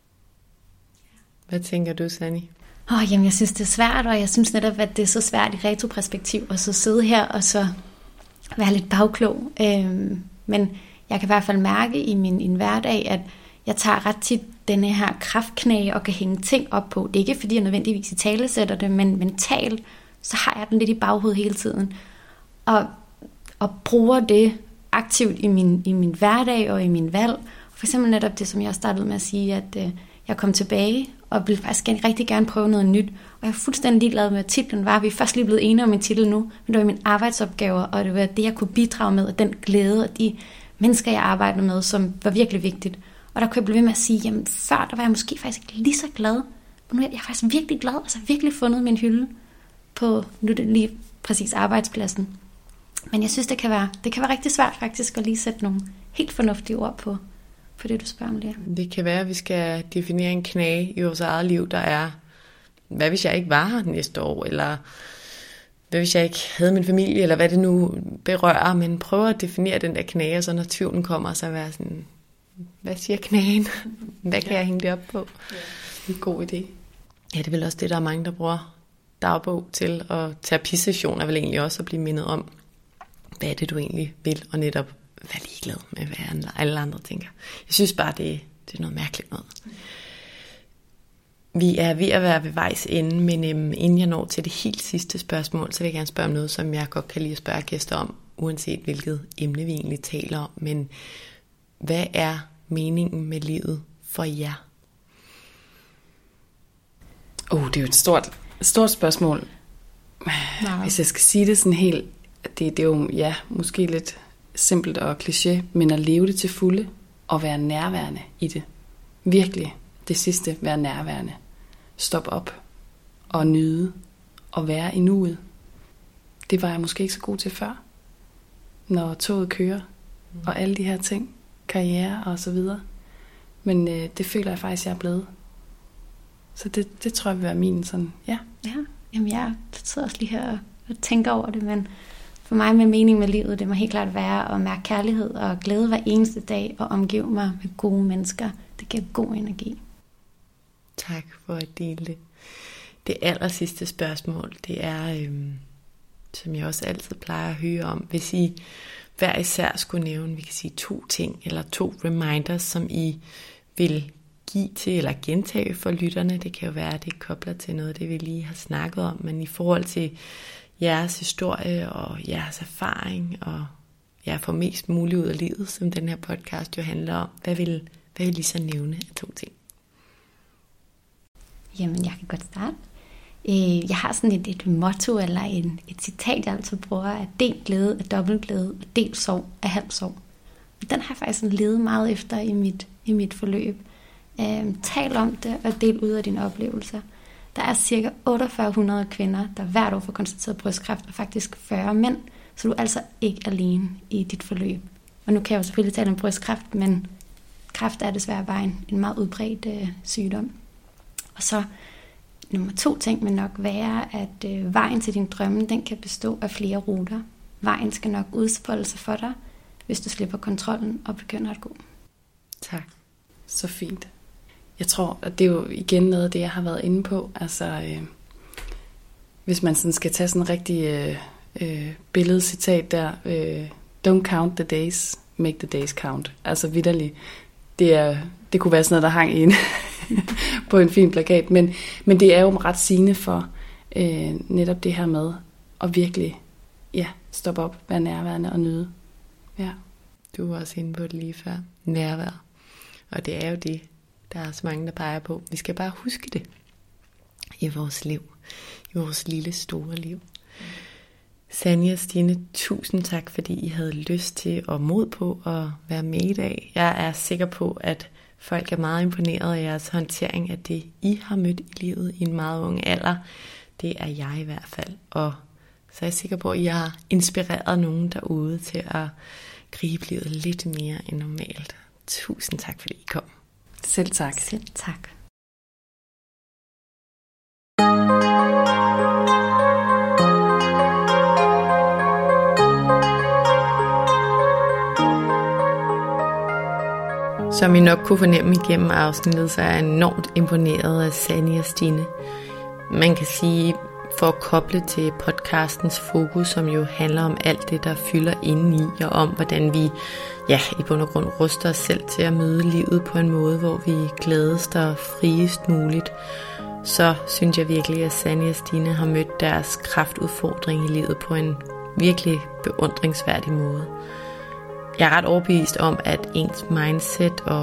Hvad tænker du, Sanni? Oh, jamen, jeg synes, det er svært, og jeg synes netop, at det er så svært i retroperspektiv at så sidde her og så være lidt bagklog. Øhm, men jeg kan i hvert fald mærke i min, i min hverdag, at jeg tager ret tit denne her kraftknage og kan hænge ting op på. Det er ikke, fordi jeg nødvendigvis i tale sætter det, men mentalt, så har jeg den lidt i baghovedet hele tiden. Og, og bruger det aktivt i min, i min hverdag og i min valg. For eksempel netop det, som jeg startede med at sige, at øh, Jeg kom tilbage og ville faktisk rigtig gerne prøve noget nyt. Og jeg er fuldstændig ligeglad med, at titlen var. Vi er først lige blevet enige om en titel nu, men det var mine arbejdsopgaver, og det var det, jeg kunne bidrage med, og den glæde, og de mennesker, jeg arbejdede med, som var virkelig vigtigt. Og der kunne jeg blive ved med at sige, jamen før, der var jeg måske faktisk ikke lige så glad. Men nu er jeg faktisk virkelig glad, altså virkelig fundet min hylde på nu er det lige præcis arbejdspladsen. Men jeg synes, det kan være, det kan være rigtig svært faktisk at lige sætte nogle helt fornuftige ord på, på det, du spørger om, Lea. Det kan være, at vi skal definere en knage i vores eget liv, der er, hvad hvis jeg ikke var her næste år, eller hvad hvis jeg ikke havde min familie, eller hvad det nu berører, men prøv at definere den der knage, så når tvivlen kommer, så være sådan, hvad siger knagen? Hvad kan ja. jeg hænge det op på? Ja. En god idé. Ja, det er vel også det, der er mange, der bruger dagbog til, og terapisession er vel egentlig også at blive mindet om, hvad er det, du egentlig vil, og netop være ligeglad med, hvad alle andre tænker. Jeg synes bare, det, det er noget mærkeligt noget. Vi er ved at være ved vejs ende, men øhm, inden jeg når til det helt sidste spørgsmål, så vil jeg gerne spørge om noget, som jeg godt kan lide at spørge gæster om, uanset hvilket emne vi egentlig taler om. Men hvad er meningen med livet for jer? Åh, oh, det er jo et stort, stort spørgsmål. Nej. Hvis jeg skal sige det sådan helt, det, det er jo ja, måske lidt simpelt og kliché, men at leve det til fulde og være nærværende i det. Virkelig, det sidste, være nærværende. Stop op og nyde og være i nuet. Det var jeg måske ikke så god til før, når toget kører mm. og alle de her ting, karriere og så videre. Men øh, det føler jeg faktisk, jeg er blevet. Så det, det tror jeg vil være min sådan, ja. Ja, jamen jeg sidder også lige her og, og tænker over det, men for mig med mening med livet, det må helt klart være at mærke kærlighed og glæde hver eneste dag og omgive mig med gode mennesker. Det giver god energi. Tak for at dele det. Det aller sidste spørgsmål, det er, øhm, som jeg også altid plejer at høre om, hvis I hver især skulle nævne, vi kan sige to ting, eller to reminders, som I vil give til eller gentage for lytterne. Det kan jo være, at det kobler til noget, det vi lige har snakket om, men i forhold til jeres historie og jeres erfaring, og jer får mest muligt ud af livet, som den her podcast jo handler om, hvad vil, hvad vil I så nævne af to ting? Jamen, jeg kan godt starte. Jeg har sådan et, et motto, eller en, et citat, jeg altid bruger, at del glæde er dobbelt glæde, og del sorg er halv sorg. Den har jeg faktisk sådan levet meget efter i mit, i mit forløb. Um, tal om det, og del ud af dine oplevelser. Der er cirka otteogfyrre hundrede kvinder, der hvert år får konstateret brystkræft, og faktisk fyrre mænd, så du er altså ikke alene i dit forløb. Og nu kan jeg jo selvfølgelig tale om brystkræft, men kræft er desværre bare en, en meget udbredt øh, sygdom. Og så nummer to ting vil nok være, at øh, vejen til din drømme, den kan bestå af flere ruter. Vejen skal nok udfolde sig for dig, hvis du slipper kontrollen og begynder at gå. Tak. Så fint. Jeg tror, at det er jo igen noget af det, jeg har været inde på. Altså, øh, hvis man sådan skal tage sådan en rigtig øh, øh, billedcitat der, øh, don't count the days, make the days count. Altså vitterligt. Det, er, det kunne være sådan noget, der hang ind på en fin plakat. Men, men det er jo ret sigende for øh, netop det her med at virkelig ja, stoppe op, være nærværende og nyde. Ja. Du var også inde på det lige før. Nærvær. Og det er jo det, der er så mange, der peger på. Vi skal bare huske det i vores liv. I vores lille, store liv. Sanja og Stine, tusind tak, fordi I havde lyst til og mod på at være med i dag. Jeg er sikker på, at folk er meget imponeret af jeres håndtering af det, I har mødt i livet i en meget ung alder. Det er jeg i hvert fald. Og så er jeg sikker på, at I har inspireret nogen derude til at gribe livet lidt mere end normalt. Tusind tak, fordi I kom. Selv tak. Selv tak. Som I nok kunne fornemme igennem afsnittet, så er jeg enormt imponeret af Sanja og Stine. Man kan sige, for at koble til podcastens fokus, som jo handler om alt det, der fylder indeni, og om hvordan vi ja, i bund og grund ruster os selv til at møde livet på en måde, hvor vi glædest og friest muligt, så synes jeg virkelig, at Sanja og Stine har mødt deres kraftudfordring i livet på en virkelig beundringsværdig måde. Jeg er ret overbevist om, at ens mindset og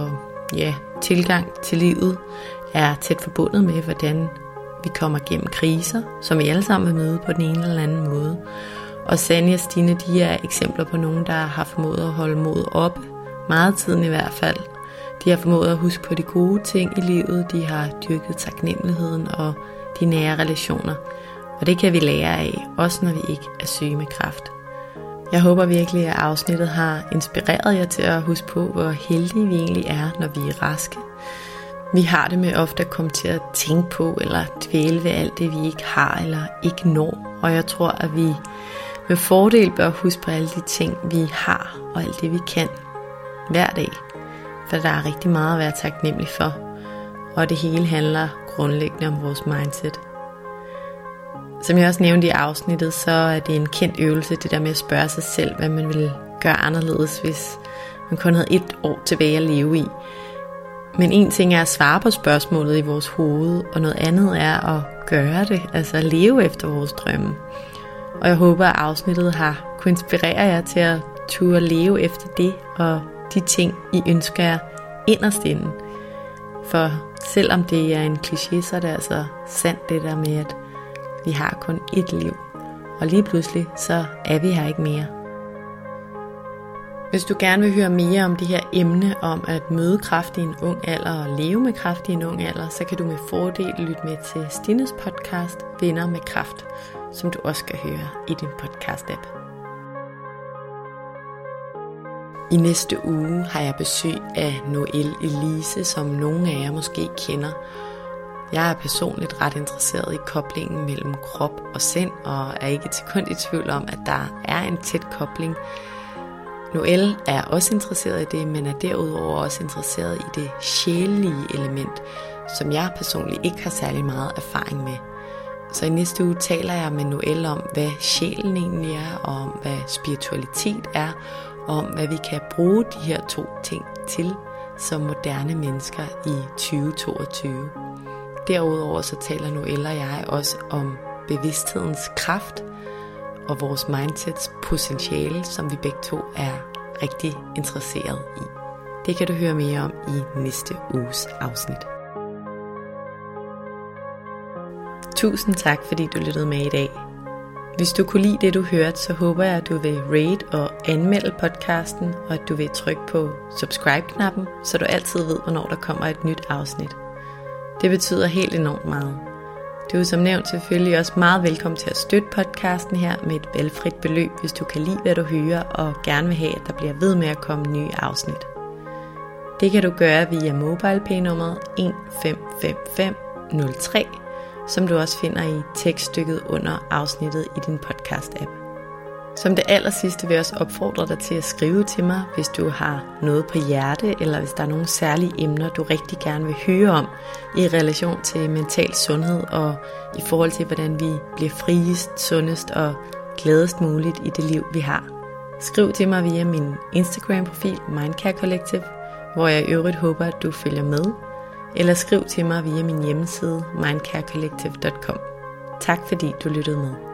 ja, tilgang til livet er tæt forbundet med, hvordan vi kommer gennem kriser, som vi alle sammen vil møde på den ene eller anden måde. Og Sanne og Stine, de er eksempler på nogen, der har formået at holde mod oppe, meget tiden i hvert fald. De har formået at huske på de gode ting i livet, de har dyrket taknemmeligheden og de nære relationer. Og det kan vi lære af, også når vi ikke er syge med kræft. Jeg håber virkelig, at afsnittet har inspireret jer til at huske på, hvor heldige vi egentlig er, når vi er raske. Vi har det med ofte at komme til at tænke på eller dvæle ved alt det, vi ikke har eller ikke når. Og jeg tror, at vi med fordel bør huske på alle de ting, vi har og alt det, vi kan hver dag. For der er rigtig meget at være taknemmelig for. Og det hele handler grundlæggende om vores mindset. Som jeg også nævnte i afsnittet, så er det en kendt øvelse, det der med at spørge sig selv, hvad man ville gøre anderledes, hvis man kun havde et år tilbage at leve i. Men en ting er at svare på spørgsmålet i vores hoved, og noget andet er at gøre det, altså at leve efter vores drømme. Og jeg håber, at afsnittet har kunne inspirere jer til at turde leve efter det, og de ting, I ønsker jer inderst inde. For selvom det er en kliché, så er det altså sandt det der med, at vi har kun ét liv, og lige pludselig, så er vi her ikke mere. Hvis du gerne vil høre mere om det her emne om at møde kræft i en ung alder og leve med kræft i en ung alder, så kan du med fordel lytte med til Stines podcast, Venner med Kræft, som du også kan høre i din podcast-app. I næste uge har jeg besøg af Noelle Elise, som nogle af jer måske kender. Jeg er personligt ret interesseret i koblingen mellem krop og sind, og er ikke til kun i tvivl om, at der er en tæt kobling. Noelle er også interesseret i det, men er derudover også interesseret i det sjælelige element, som jeg personligt ikke har særlig meget erfaring med. Så i næste uge taler jeg med Noelle om, hvad sjælen egentlig er, og om hvad spiritualitet er, og om hvad vi kan bruge de her to ting til som moderne mennesker i tyve toogtyve. Derudover så taler Noelle og jeg også om bevidsthedens kraft og vores mindsets potentiale, som vi begge to er rigtig interesseret i. Det kan du høre mere om i næste uges afsnit. Tusind tak, fordi du lyttede med i dag. Hvis du kunne lide det, du hørte, så håber jeg, at du vil rate og anmelde podcasten, og at du vil trykke på subscribe-knappen, så du altid ved, hvornår der kommer et nyt afsnit. Det betyder helt enormt meget. Du er som nævnt selvfølgelig også meget velkommen til at støtte podcasten her med et valgfrit beløb, hvis du kan lide, hvad du hører, og gerne vil have, at der bliver ved med at komme nye afsnit. Det kan du gøre via MobilePay-nummeret et fem fem fem nul tre, som du også finder i tekststykket under afsnittet i din podcast-app. Som det aller sidste vil jeg også opfordre dig til at skrive til mig, hvis du har noget på hjerte, eller hvis der er nogle særlige emner, du rigtig gerne vil høre om i relation til mental sundhed og i forhold til, hvordan vi bliver friest, sundest og gladest muligt i det liv, vi har. Skriv til mig via min Instagram-profil Mindcare Collective, hvor jeg i øvrigt håber, at du følger med, eller skriv til mig via min hjemmeside mindcarecollective punktum com. Tak fordi du lyttede med.